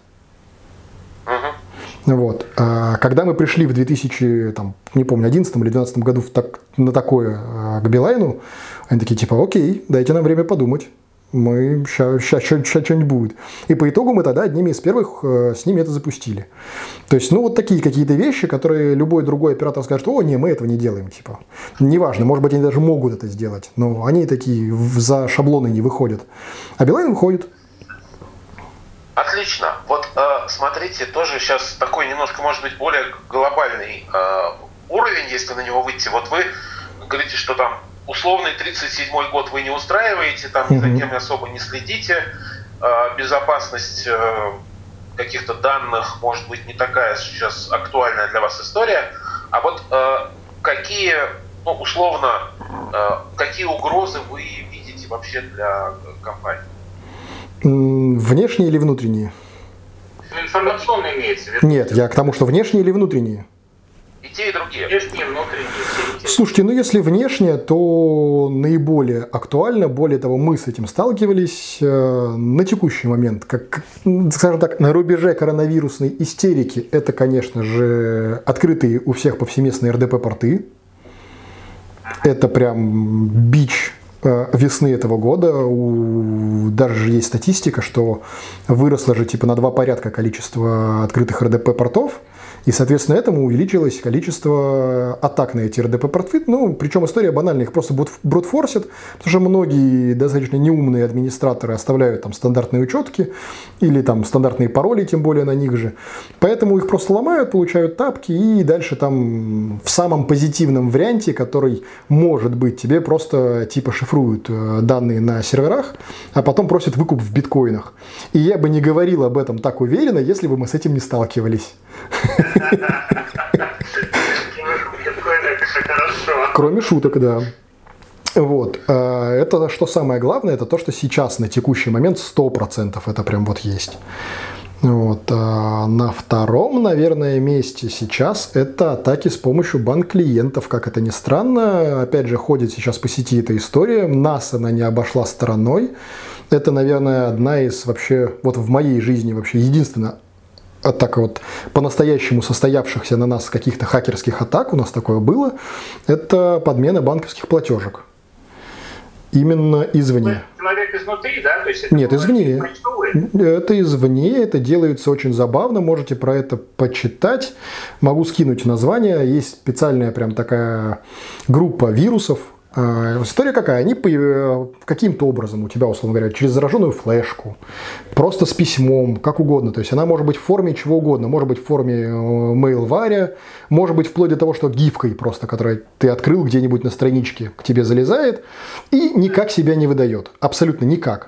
Вот. А когда мы пришли в 2011 или 2012 году на такое к Билайну, они такие типа, окей, дайте нам время подумать. Мы сейчас что-нибудь будет. И по итогу мы тогда одними из первых с ними это запустили. То есть, ну, вот такие какие-то вещи, которые любой другой оператор скажет, о, не, мы этого не делаем, типа. Неважно, может быть, они даже могут это сделать, но они такие за шаблоны не выходят. А Билайн выходит. Отлично. Вот смотрите, тоже сейчас такой немножко, может быть, более глобальный уровень, если на него выйти. Вот вы говорите, что там условный 37-й год вы не устраиваете, там ни за кем особо не следите, безопасность каких-то данных, может быть, не такая сейчас актуальная для вас история. А вот какие, ну, условно, какие угрозы вы видите вообще для компании? Внешние или внутренние? Информационно имеется в виду. Нет, я к тому, что внешние или внутренние. И те, и другие. Внешние, внутренние, все. Слушайте, ну если внешне, то наиболее актуально. Более того, мы с этим сталкивались на текущий момент. Как, скажем так, на рубеже коронавирусной истерики. Это, конечно же, открытые у всех повсеместные РДП-порты. Это прям бич весны этого года. Даже есть статистика, что выросло же типа на 2 порядка количество открытых РДП-портов. И, соответственно, этому увеличилось количество атак на эти РДП-порты. Ну, причем история банальная, их просто брутфорсят, потому что многие достаточно неумные администраторы оставляют там стандартные учетки или там стандартные пароли, тем более на них же. Поэтому их просто ломают, получают тапки и дальше там в самом позитивном варианте, который может быть, тебе просто типа шифруют данные на серверах, а потом просят выкуп в биткоинах. И я бы не говорил об этом так уверенно, если бы мы с этим не сталкивались. Кроме шуток, да. Вот. Это что самое главное, это то, что сейчас на текущий момент 100% это прям вот есть. Вот. На втором, наверное, месте сейчас это атаки с помощью банк-клиентов, как это ни странно. Опять же, ходит сейчас по сети эта история. Нас она не обошла стороной. Это, наверное, одна из вообще, вот в моей жизни вообще единственная атака вот по-настоящему состоявшихся на нас каких-то хакерских атак, у нас такое было, это подмена банковских платежек. Именно извне. Человек изнутри, да? То есть это нет, извне. Это извне, это делается очень забавно, можете про это почитать. Могу скинуть название, есть специальная прям такая группа вирусов. История какая? Они каким-то образом у тебя, условно говоря, через зараженную флешку, просто с письмом, как угодно. То есть она может быть в форме чего угодно. Может быть в форме mail-варя, может быть вплоть до того, что гифкой просто, которую ты открыл где-нибудь на страничке, к тебе залезает и никак себя не выдает. Абсолютно никак.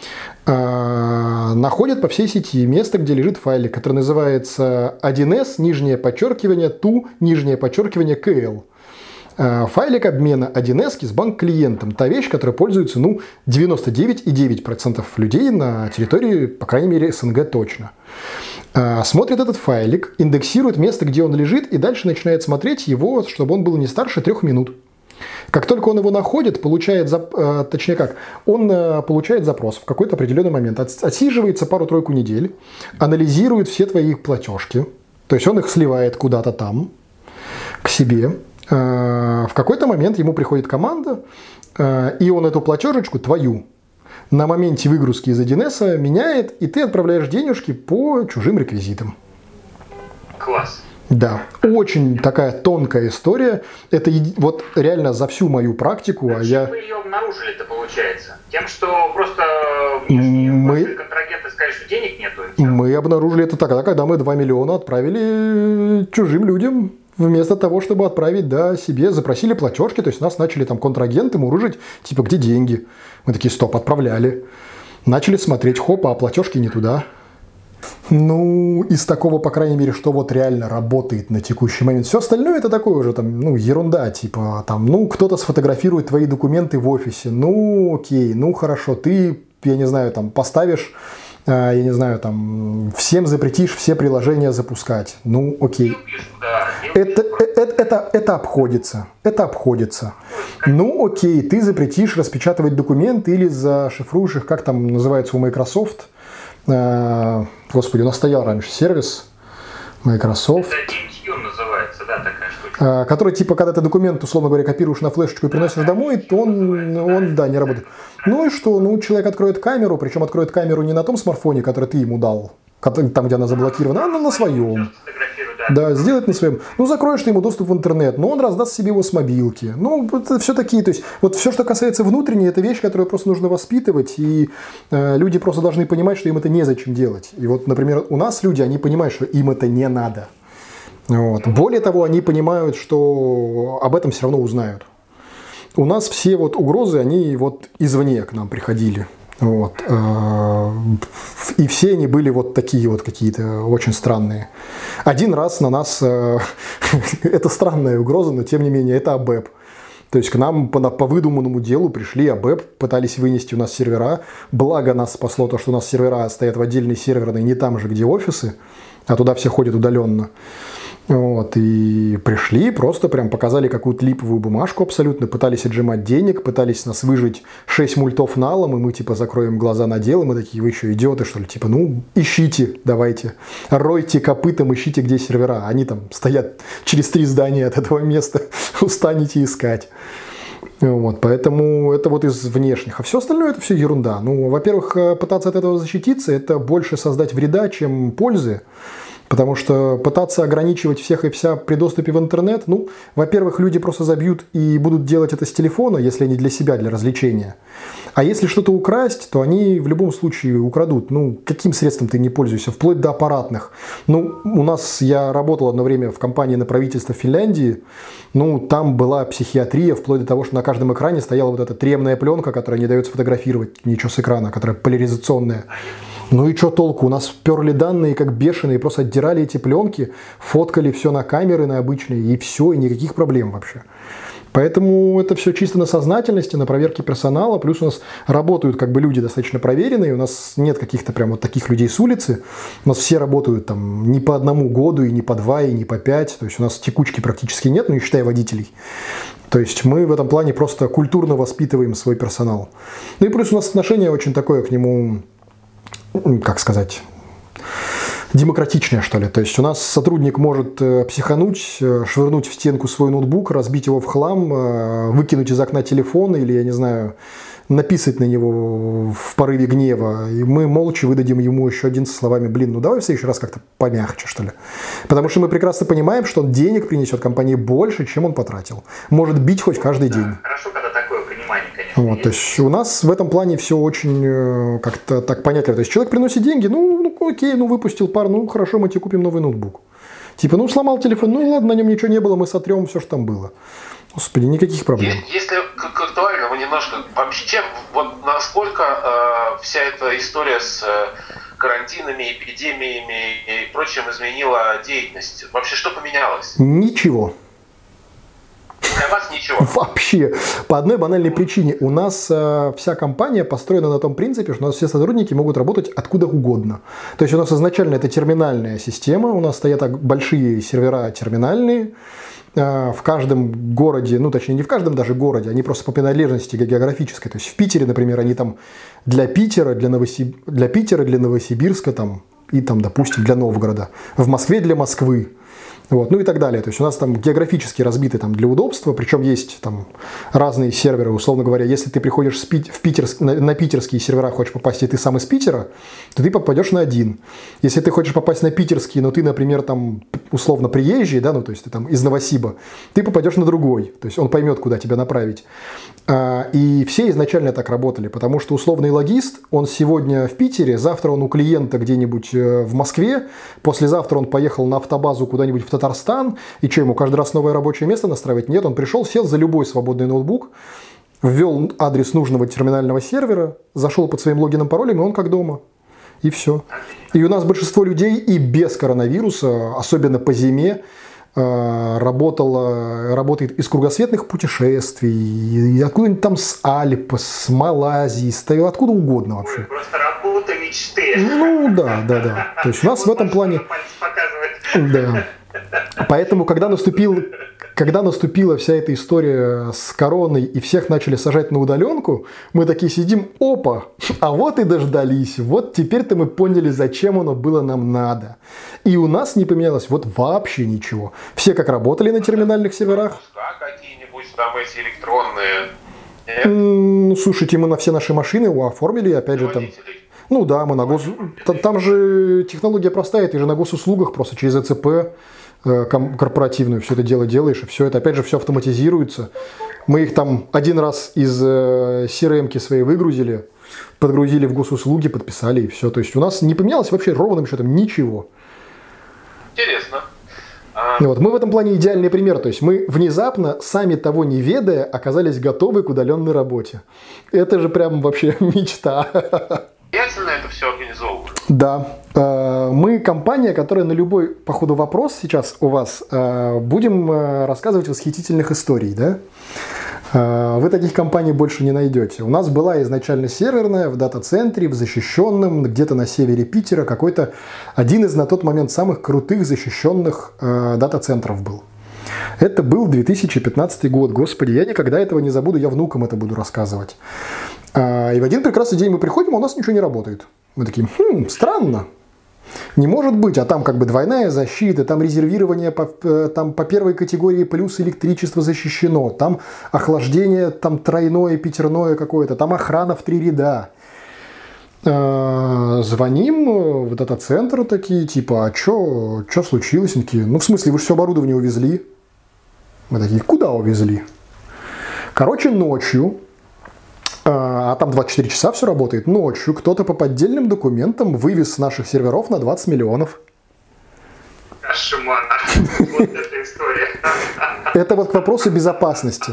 Находят по всей сети место, где лежит файлик, который называется 1С, нижнее подчеркивание, to, нижнее подчеркивание, KL. Файлик обмена 1С с банк-клиентом. Та вещь, которой пользуются 99,9% людей на территории, по крайней мере, СНГ точно. Смотрит этот файлик, индексирует место, где он лежит, и дальше начинает смотреть его, чтобы он был не старше 3 минут. Как только он его находит, получает запрос в какой-то определенный момент, отсиживается пару-тройку недель, анализирует все твои платежки, то есть он их сливает куда-то там, к себе. В какой-то момент ему приходит команда, и он эту платежечку твою на моменте выгрузки из 1С меняет, и ты отправляешь денежки по чужим реквизитам. Класс. Да, очень такая тонкая история. Это вот реально за всю мою практику. Как же вы ее обнаружили-то, получается? Тем, что просто внешние контрагенты сказали, что денег нету? Мы обнаружили это тогда, когда мы 2 миллиона отправили чужим людям вместо того, чтобы отправить, да, себе, запросили платежки, то есть нас начали там контрагенты мурыжить, типа, где деньги? Мы такие, стоп, отправляли. Начали смотреть, хопа, а платежки не туда. Ну, из такого, по крайней мере, что вот реально работает на текущий момент. Все остальное это такое уже там, ну, ерунда, типа, там, ну, кто-то сфотографирует твои документы в офисе, ну, окей, ну, хорошо, ты, я не знаю, там, поставишь, я не знаю, там, всем запретишь все приложения запускать, ну, окей. Это обходится, это обходится. Ну, окей, ты запретишь распечатывать документы или зашифруешь их, как там называется у Microsoft. Господи, у нас стоял раньше сервис Microsoft. Это Intune называется, да, такая штука. Который, типа, когда ты документ, условно говоря, копируешь на флешечку и приносишь домой, то он, да, не работает. Ну и что? Ну, человек откроет камеру, причем откроет камеру не на том смартфоне, который ты ему дал, там, где она заблокирована, а на своем. Да, сделать на своем. Ну, закроешь ты ему доступ в интернет, но он раздаст себе его с мобилки. Ну, это все такие, то есть, вот все, что касается внутренней, это вещь, которую просто нужно воспитывать, и люди просто должны понимать, что им это незачем делать. И вот, например, у нас люди, они понимают, что им это не надо. Вот. Более того, они понимают, что об этом все равно узнают. У нас все вот угрозы, они вот извне к нам приходили. Вот. И все они были вот такие вот какие-то очень странные. Один раз на нас, это странная угроза, но тем не менее, это АБЭП. То есть к нам по выдуманному делу пришли АБЭП, пытались вынести у нас сервера. Благо нас спасло то, что у нас сервера стоят в отдельной серверной, не там же, где офисы, а туда все ходят удаленно. Вот, и пришли, просто прям показали какую-то липовую бумажку абсолютно, пытались отжимать денег, пытались нас выжить 6 мультов налом, и мы типа закроем глаза на дело, мы такие, вы еще идиоты, что ли? Типа, ну, ищите, давайте, ройте копытом, ищите, где сервера. Они там стоят через 3 здания от этого места, устанете искать. Вот, поэтому это вот из внешних. А все остальное это все ерунда. Ну, во-первых, пытаться от этого защититься, это больше создать вреда, чем пользы. Потому что пытаться ограничивать всех и вся при доступе в интернет, ну, во-первых, люди просто забьют и будут делать это с телефона, если они для себя, для развлечения. А если что-то украсть, то они в любом случае украдут. Ну, каким средством ты не пользуешься, вплоть до аппаратных. Ну, у нас, я работал одно время в компании на правительство Финляндии, ну, там была психиатрия, вплоть до того, что на каждом экране стояла вот эта тремная пленка, которая не дает сфотографировать ничего с экрана, которая поляризационная. Ну и что толку? У нас перли данные как бешеные, просто отдирали эти пленки, фоткали все на камеры, на обычные, и все, и никаких проблем вообще. Поэтому это все чисто на сознательности, на проверке персонала, плюс у нас работают как бы люди достаточно проверенные, у нас нет каких-то прям вот таких людей с улицы, у нас все работают там не по 1 году, и не по 2, и не по 5, то есть у нас текучки практически нет, ну не считая водителей. То есть мы в этом плане просто культурно воспитываем свой персонал. Ну и плюс у нас отношение очень такое к нему, как сказать, демократичнее, что ли. То есть у нас сотрудник может психануть, швырнуть в стенку свой ноутбук, разбить его в хлам, выкинуть из окна телефон или, я не знаю, написать на него в порыве гнева. И мы молча выдадим ему еще один со словами: блин, ну давай в следующий раз как-то помягче, что ли. Потому что мы прекрасно понимаем, что он денег принесет компании больше, чем он потратил. Может бить хоть каждый день. Хорошо, когда такое понимание, конечно. Вот, то есть у нас в этом плане все очень как-то так понятно. То есть человек приносит деньги, ну окей, ну выпустил пар, ну хорошо, мы тебе купим новый ноутбук. Типа, ну сломал телефон, ну ладно, на нем ничего не было, мы сотрем все, что там было. Господи, никаких проблем. Если к актуальному немножко, вообще, вот насколько вся эта история с карантинами, эпидемиями и прочим изменила деятельность? Вообще, что поменялось? Ничего. Для вас ничего? Вообще. По одной банальной причине. У нас вся компания построена на том принципе, что у нас все сотрудники могут работать откуда угодно. То есть у нас изначально это терминальная система, у нас стоят большие сервера терминальные. В каждом городе, ну точнее не в каждом даже городе, они просто по принадлежности географической. То есть в Питере, например, они там для Питера, для Новосибирска там, и там, допустим, для Новгорода. В Москве для Москвы. Вот, ну и так далее. То есть у нас там географически разбиты там, для удобства, причем есть там разные серверы, условно говоря. Если ты приходишь на питерские сервера, хочешь попасть, и ты сам из Питера, то ты попадешь на один. Если ты хочешь попасть на питерские, но ты, например, там условно приезжий, да, ну то есть ты там из Новосиба, ты попадешь на другой. То есть он поймет, куда тебя направить. И все изначально так работали, потому что условный логист, он сегодня в Питере, завтра он у клиента где-нибудь в Москве, послезавтра он поехал на автобазу куда-то куда-нибудь в Татарстан, и что, ему каждый раз новое рабочее место настраивать? Нет, он пришел, сел за любой свободный ноутбук, ввел адрес нужного терминального сервера, зашел под своим логином, паролем, и он как дома. И все. И у нас большинство людей и без коронавируса, особенно по зиме, работает из кругосветных путешествий, и откуда-нибудь там с Альп, с Малайзии, откуда угодно вообще. Просто работа мечты. Ну да. То есть у нас в этом плане... Да. Поэтому, когда наступила вся эта история с короной и всех начали сажать на удаленку, мы такие сидим, опа, а вот и дождались, вот теперь-то мы поняли, зачем оно было нам надо. И у нас не поменялось вот вообще ничего. Все как работали на терминальных серверах. Какие-нибудь там эти электронные? Слушайте, мы на все наши машины оформили, опять же там... Ну да, мы на там же технология простая, ты же на госуслугах просто через ЭЦП корпоративную все это дело делаешь, и все это, опять же, все автоматизируется. Мы их там один раз из CRM-ки своей выгрузили, подгрузили в госуслуги, подписали, и все. То есть у нас не поменялось вообще ровным счетом ничего. Интересно. Вот, мы в этом плане идеальный пример. То есть мы внезапно, сами того не ведая, оказались готовы к удаленной работе. Это же прям вообще мечта. Самостоятельно это все организовывали? Да. Мы компания, которая на любой, по ходу, вопрос сейчас у вас будем рассказывать восхитительных историй, да? Вы таких компаний больше не найдете. У нас была изначально серверная в дата-центре, в защищенном, где-то на севере Питера, какой-то один из на тот момент самых крутых защищенных дата-центров был. Это был 2015 год. Господи, я никогда этого не забуду, я внукам это буду рассказывать. И в один прекрасный день мы приходим, а у нас ничего не работает. Мы такие, странно. Не может быть, а там как бы двойная защита, там резервирование по первой категории плюс электричество защищено, там охлаждение там тройное, пятерное какое-то, там охрана в 3 ряда. Звоним в дата-центр такие, типа, а что случилось? Они такие, в смысле, вы же все оборудование увезли? Мы такие, куда увезли? Короче, ночью, а там 24 часа все работает, ночью кто-то по поддельным документам вывез с наших серверов на 20 миллионов. Кошмар. Вот эта история. Это вот к вопросу безопасности.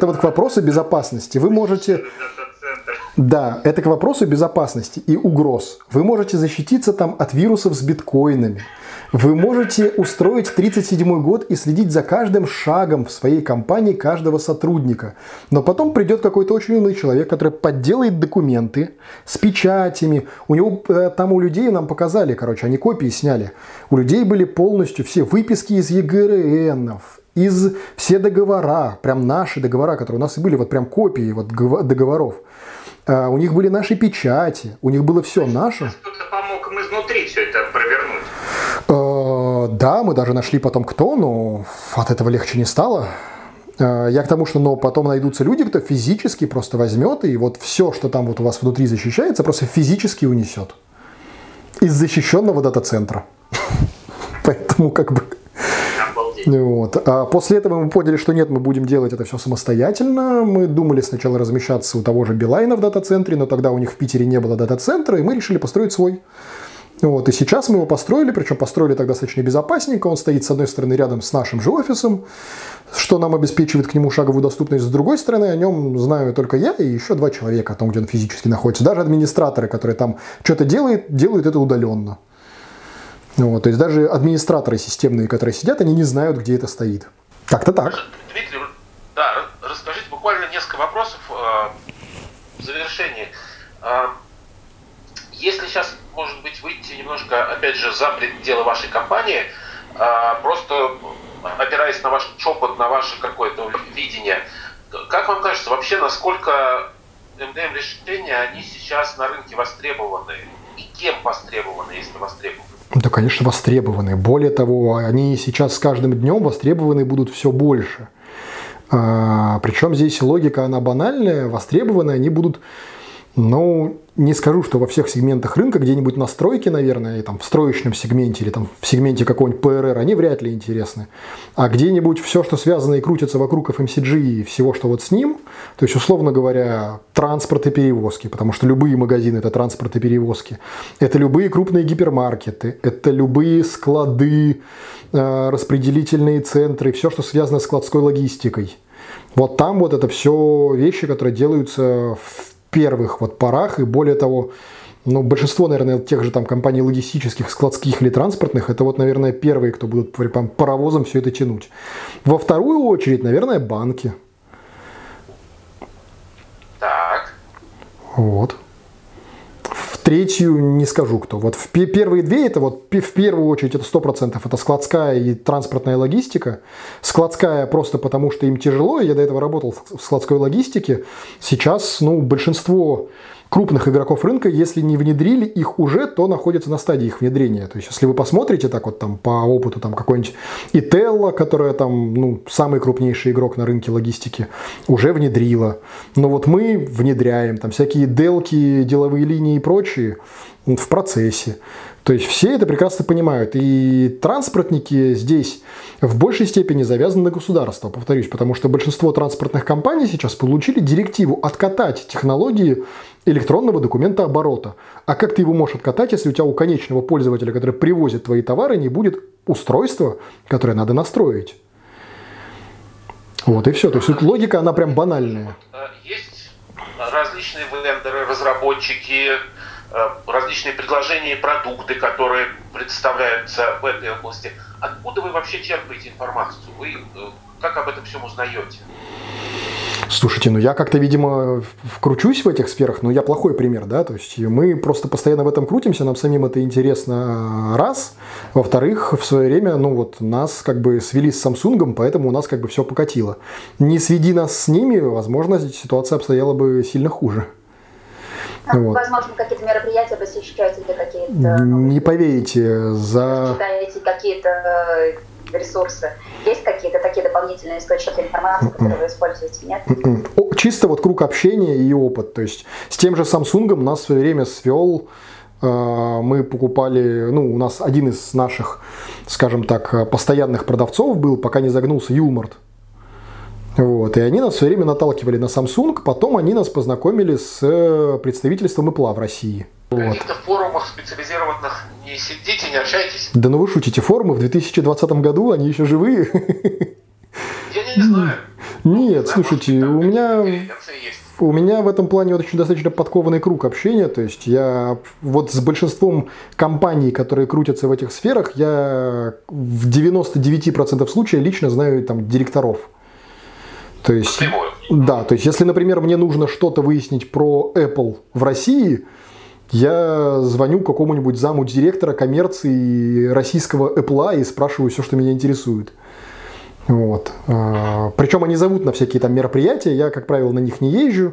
Вы можете... Да, это к вопросу безопасности и угроз. Вы можете защититься там от вирусов с биткоинами. Вы можете устроить 37-й год и следить за каждым шагом в своей компании каждого сотрудника. Но потом придет какой-то очень умный человек, который подделает документы с печатями. У людей нам показали, они копии сняли. У людей были полностью все выписки из ЕГРНов, все договора, прям наши договора, которые у нас и были, вот прям копии договоров. У них были наши печати, у них было все наше. Кто-то помог им изнутри все это провернуть. Да, мы даже нашли потом кто, но от этого легче не стало. Я к тому, что потом найдутся люди, кто физически просто возьмет и вот все, что там вот у вас внутри защищается, просто физически унесет. Из защищенного дата-центра. Поэтому Вот. А после этого мы поняли, что нет, мы будем делать это все самостоятельно. Мы думали сначала размещаться у того же Билайна в дата-центре, но тогда у них в Питере не было дата-центра, и мы решили построить свой. Вот. И сейчас мы его построили, причем построили тогда достаточно безопасненько. Он стоит, с одной стороны, рядом с нашим же офисом, что нам обеспечивает к нему шаговую доступность. С другой стороны, о нем знаю только я и еще 2 человека, там, где он физически находится. Даже администраторы, которые там что-то делают это удаленно. Вот, то есть даже администраторы системные, которые сидят, они не знают, где это стоит. Как-то так. Дмитрий, да, расскажите буквально несколько вопросов в завершении. Если сейчас, может быть, выйти немножко, опять же, за пределы вашей компании, просто опираясь на ваш опыт, на ваше какое-то видение, как вам кажется, вообще, насколько МДМ-решения, они сейчас на рынке востребованы? И кем востребованы, если востребованы? Да, конечно, востребованы. Более того, они сейчас с каждым днем востребованы будут все больше. Причем здесь логика, она банальная. Востребованы они будут Ну, не скажу, что во всех сегментах рынка, где-нибудь на стройке, наверное, и там в строечном сегменте или там в сегменте какого-нибудь ПРР, они вряд ли интересны. А где-нибудь все, что связано и крутится вокруг FMCG и всего, что вот с ним, то есть, условно говоря, транспорт и перевозки, потому что любые магазины – это транспорт и перевозки, это любые крупные гипермаркеты, это любые склады, распределительные центры, все, что связано с складской логистикой. Вот там вот это все вещи, которые делаются в первых вот порах, и более того, ну, большинство, наверное, тех же там компаний логистических, складских или транспортных, это вот, наверное, первые, кто будут паровозом все это тянуть. Во вторую очередь, наверное, банки. Так. Вот. В третью не скажу кто. Вот в первые две, это вот в первую очередь это 100%, это складская и транспортная логистика. Складская просто потому, что им тяжело, я до этого работал в складской логистике. Сейчас, ну, большинство крупных игроков рынка, если не внедрили их уже, то находятся на стадии их внедрения. То есть, если вы посмотрите так вот там по опыту там какой-нибудь Ителла, которая там, ну, самый крупнейший игрок на рынке логистики, уже внедрила. Но вот мы внедряем, там всякие делки, деловые линии и прочие в процессе. То есть все это прекрасно понимают. И транспортники здесь в большей степени завязаны на государство, повторюсь, потому что большинство транспортных компаний сейчас получили директиву откатать технологии электронного документа оборота. А как ты его можешь откатать, если у тебя у конечного пользователя, который привозит твои товары, не будет устройства, которое надо настроить? Вот и все. То есть тут логика, она прям банальная. Есть различные вендоры, разработчики, различные предложения и продукты, которые представляются в этой области. Откуда вы вообще черпаете информацию? Вы как об этом всем узнаете? Слушайте, ну я как-то, видимо, вкручусь в этих сферах, но я плохой пример, да, то есть мы просто постоянно в этом крутимся, нам самим это интересно, раз. Во-вторых, в свое время, ну вот нас как бы свели с Samsung, поэтому у нас как бы все покатило. Не сведи нас с ними, возможно, ситуация обстояла бы сильно хуже. Вот. Возможно, какие-то мероприятия посещаете или какие-то... Не поверите, читаете какие-то ресурсы. Есть какие-то такие дополнительные источники информации, которые вы используете, нет? Чисто вот круг общения и опыт. То есть с тем же Samsung нас в свое время свел. Мы покупали, ну, у нас один из наших, скажем так, постоянных продавцов был, пока не загнулся, Юлмарт. Вот, и они нас все время наталкивали на Samsung, потом они нас познакомили с представительством Apple в России. В каких-то форумах специализированных не сидите, не общаетесь? Да ну вы шутите, форумы в 2020 году, они еще живые? Я не знаю. Нет, слушайте, у меня в этом плане вот очень достаточно подкованный круг общения, то есть я вот с большинством компаний, которые крутятся в этих сферах, я в 99% случаев лично знаю там директоров. То есть, да, то есть, если, например, мне нужно что-то выяснить про Apple в России, я звоню какому-нибудь заму директора коммерции российского Apple и спрашиваю все, что меня интересует. Вот. Причем они зовут на всякие там мероприятия, я, как правило, на них не езжу.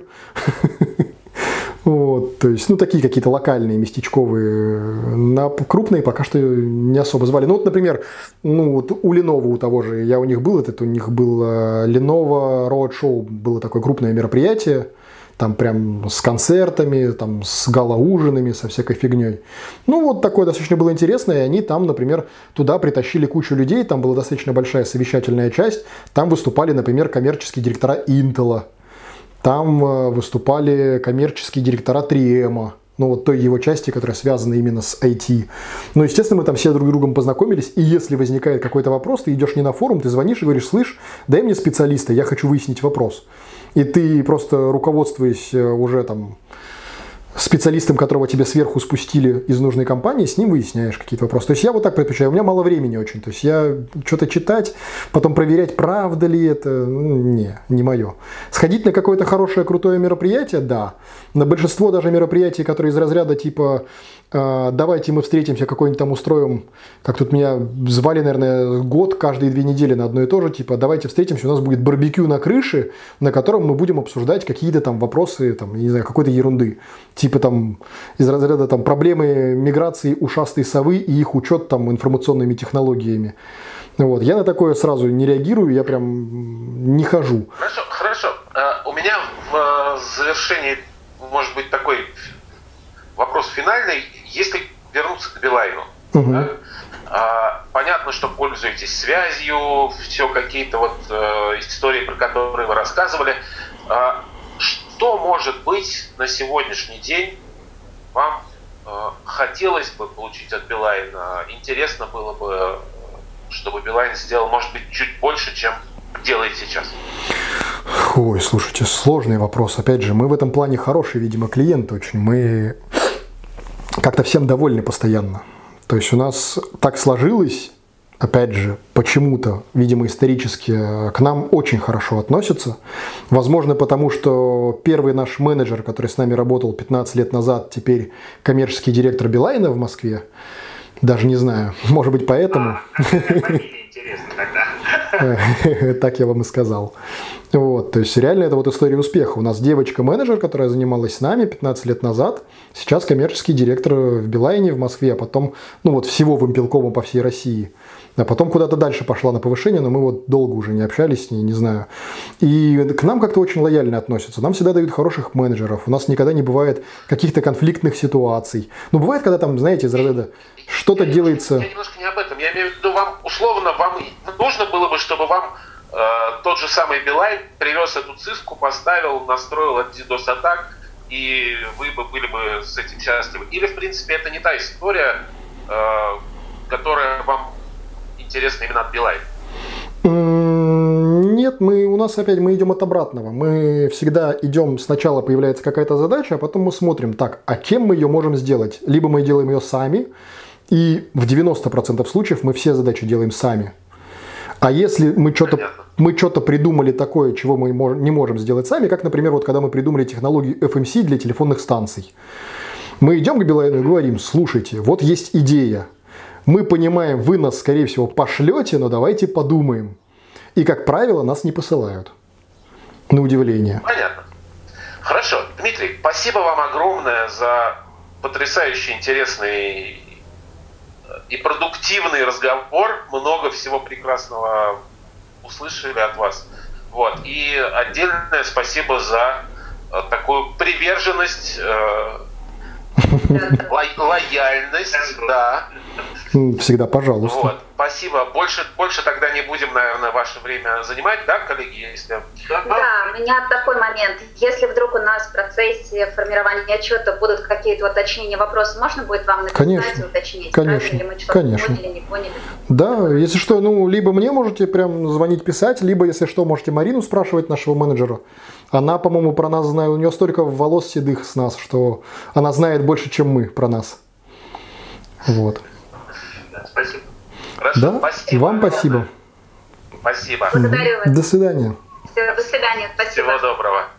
Вот, то есть, ну, такие какие-то локальные, местечковые, на крупные пока что не особо звали. Ну, вот, например, ну, вот у Lenovo, у того же, я у них был, у них был Lenovo Roadshow, было такое крупное мероприятие, там прям с концертами, там с гала-ужинами, со всякой фигней. Ну, вот такое достаточно было интересно, и они там, например, туда притащили кучу людей, там была достаточно большая совещательная часть, там выступали, например, коммерческие директора Intel. Там выступали коммерческие директора 3M, ну вот той его части, которая связана именно с IT. Ну, естественно, мы там все друг с другом познакомились, и если возникает какой-то вопрос, ты идешь не на форум, ты звонишь и говоришь: слышь, дай мне специалиста, я хочу выяснить вопрос. И ты просто, руководствуясь уже там специалистом, которого тебе сверху спустили из нужной компании, с ним выясняешь какие-то вопросы. То есть я вот так предпочитаю, у меня мало времени очень. То есть я что-то читать, потом проверять, правда ли это, ну, не мое. Сходить на какое-то хорошее, крутое мероприятие, да. На большинство даже мероприятий, которые из разряда типа давайте мы встретимся, какой-нибудь там устроим, как тут меня звали, наверное, год, каждые 2 недели на одно и то же, типа давайте встретимся, у нас будет барбекю на крыше, на котором мы будем обсуждать какие-то там вопросы, там, не знаю, какой-то ерунды. Типа там из разряда там проблемы миграции ушастой совы и их учет там информационными технологиями. Вот. Я на такое сразу не реагирую, я прям не хожу. Хорошо. У меня в завершении может быть, такой вопрос финальный. Если вернуться к Билайну, понятно, что пользуетесь связью, все какие-то вот истории, про которые вы рассказывали. Что, может быть, на сегодняшний день вам хотелось бы получить от Билайна? Интересно было бы, чтобы Билайн сделал, может быть, чуть больше, чем делает сейчас? Ой, слушайте, сложный вопрос. Опять же, мы в этом плане хорошие, видимо, клиенты очень. Мы как-то всем довольны постоянно. То есть у нас так сложилось, опять же, почему-то, видимо, исторически к нам очень хорошо относятся. Возможно, потому что первый наш менеджер, который с нами работал 15 лет назад, теперь коммерческий директор Билайна в Москве. Даже не знаю, может быть, поэтому. Интересно тогда. Так я вам и сказал. Вот, то есть реально это вот история успеха. У нас девочка-менеджер, которая занималась с нами 15 лет назад, сейчас коммерческий директор в Билайне в Москве, а потом, ну вот всего Вимпелкома по всей России. А потом куда-то дальше пошла на повышение, но мы вот долго уже не общались с ней, не знаю. И к нам как-то очень лояльно относятся. Нам всегда дают хороших менеджеров. У нас никогда не бывает каких-то конфликтных ситуаций. Ну, бывает, когда там, знаете, из разряда что-то делается... Я немножко не об этом. Я имею в виду, вам условно, вам нужно было бы, чтобы вам тот же самый Билайн привез эту циску, поставил, настроил от DDoS-атак, и вы бы были бы с этим счастливы. Или, в принципе, это не та история, которая вам интересна именно от Билайна? Нет, у нас опять мы идем от обратного. Мы всегда идем, сначала появляется какая-то задача, а потом мы смотрим, так, а кем мы ее можем сделать? Либо мы делаем ее сами, и в 90% случаев мы все задачи делаем сами. А если мы что-то придумали такое, чего мы не можем сделать сами, как, например, вот когда мы придумали технологию FMC для телефонных станций. Мы идем к Билайну и говорим, слушайте, вот есть идея. Мы понимаем, вы нас, скорее всего, пошлете, но давайте подумаем. И, как правило, нас не посылают. На удивление. Понятно. Хорошо. Дмитрий, спасибо вам огромное за потрясающе интересный и продуктивный разговор. Много всего прекрасного услышали от вас. Вот. И отдельное спасибо за такую приверженность, лояльность, да. Всегда пожалуйста. Вот. Спасибо. Больше тогда не будем, наверное, ваше время занимать, да, коллеги? Если... Да, у меня такой момент. Если вдруг у нас в процессе формирования отчета будут какие-то уточнения, вопросы, можно будет вам написать и уточнить? Конечно, или мы что-то поняли, не поняли? Да, если что, либо мне можете прям звонить, писать, либо, если что, можете Марину спрашивать, нашего менеджера. Она, по-моему, про нас знает, у нее столько волос седых с нас, что она знает больше, чем мы про нас. Вот. Да, спасибо. Хорошо, да? Спасибо. Вам спасибо. Спасибо. Благодарю вас. До свидания. Все, до свидания. Спасибо. Всего доброго.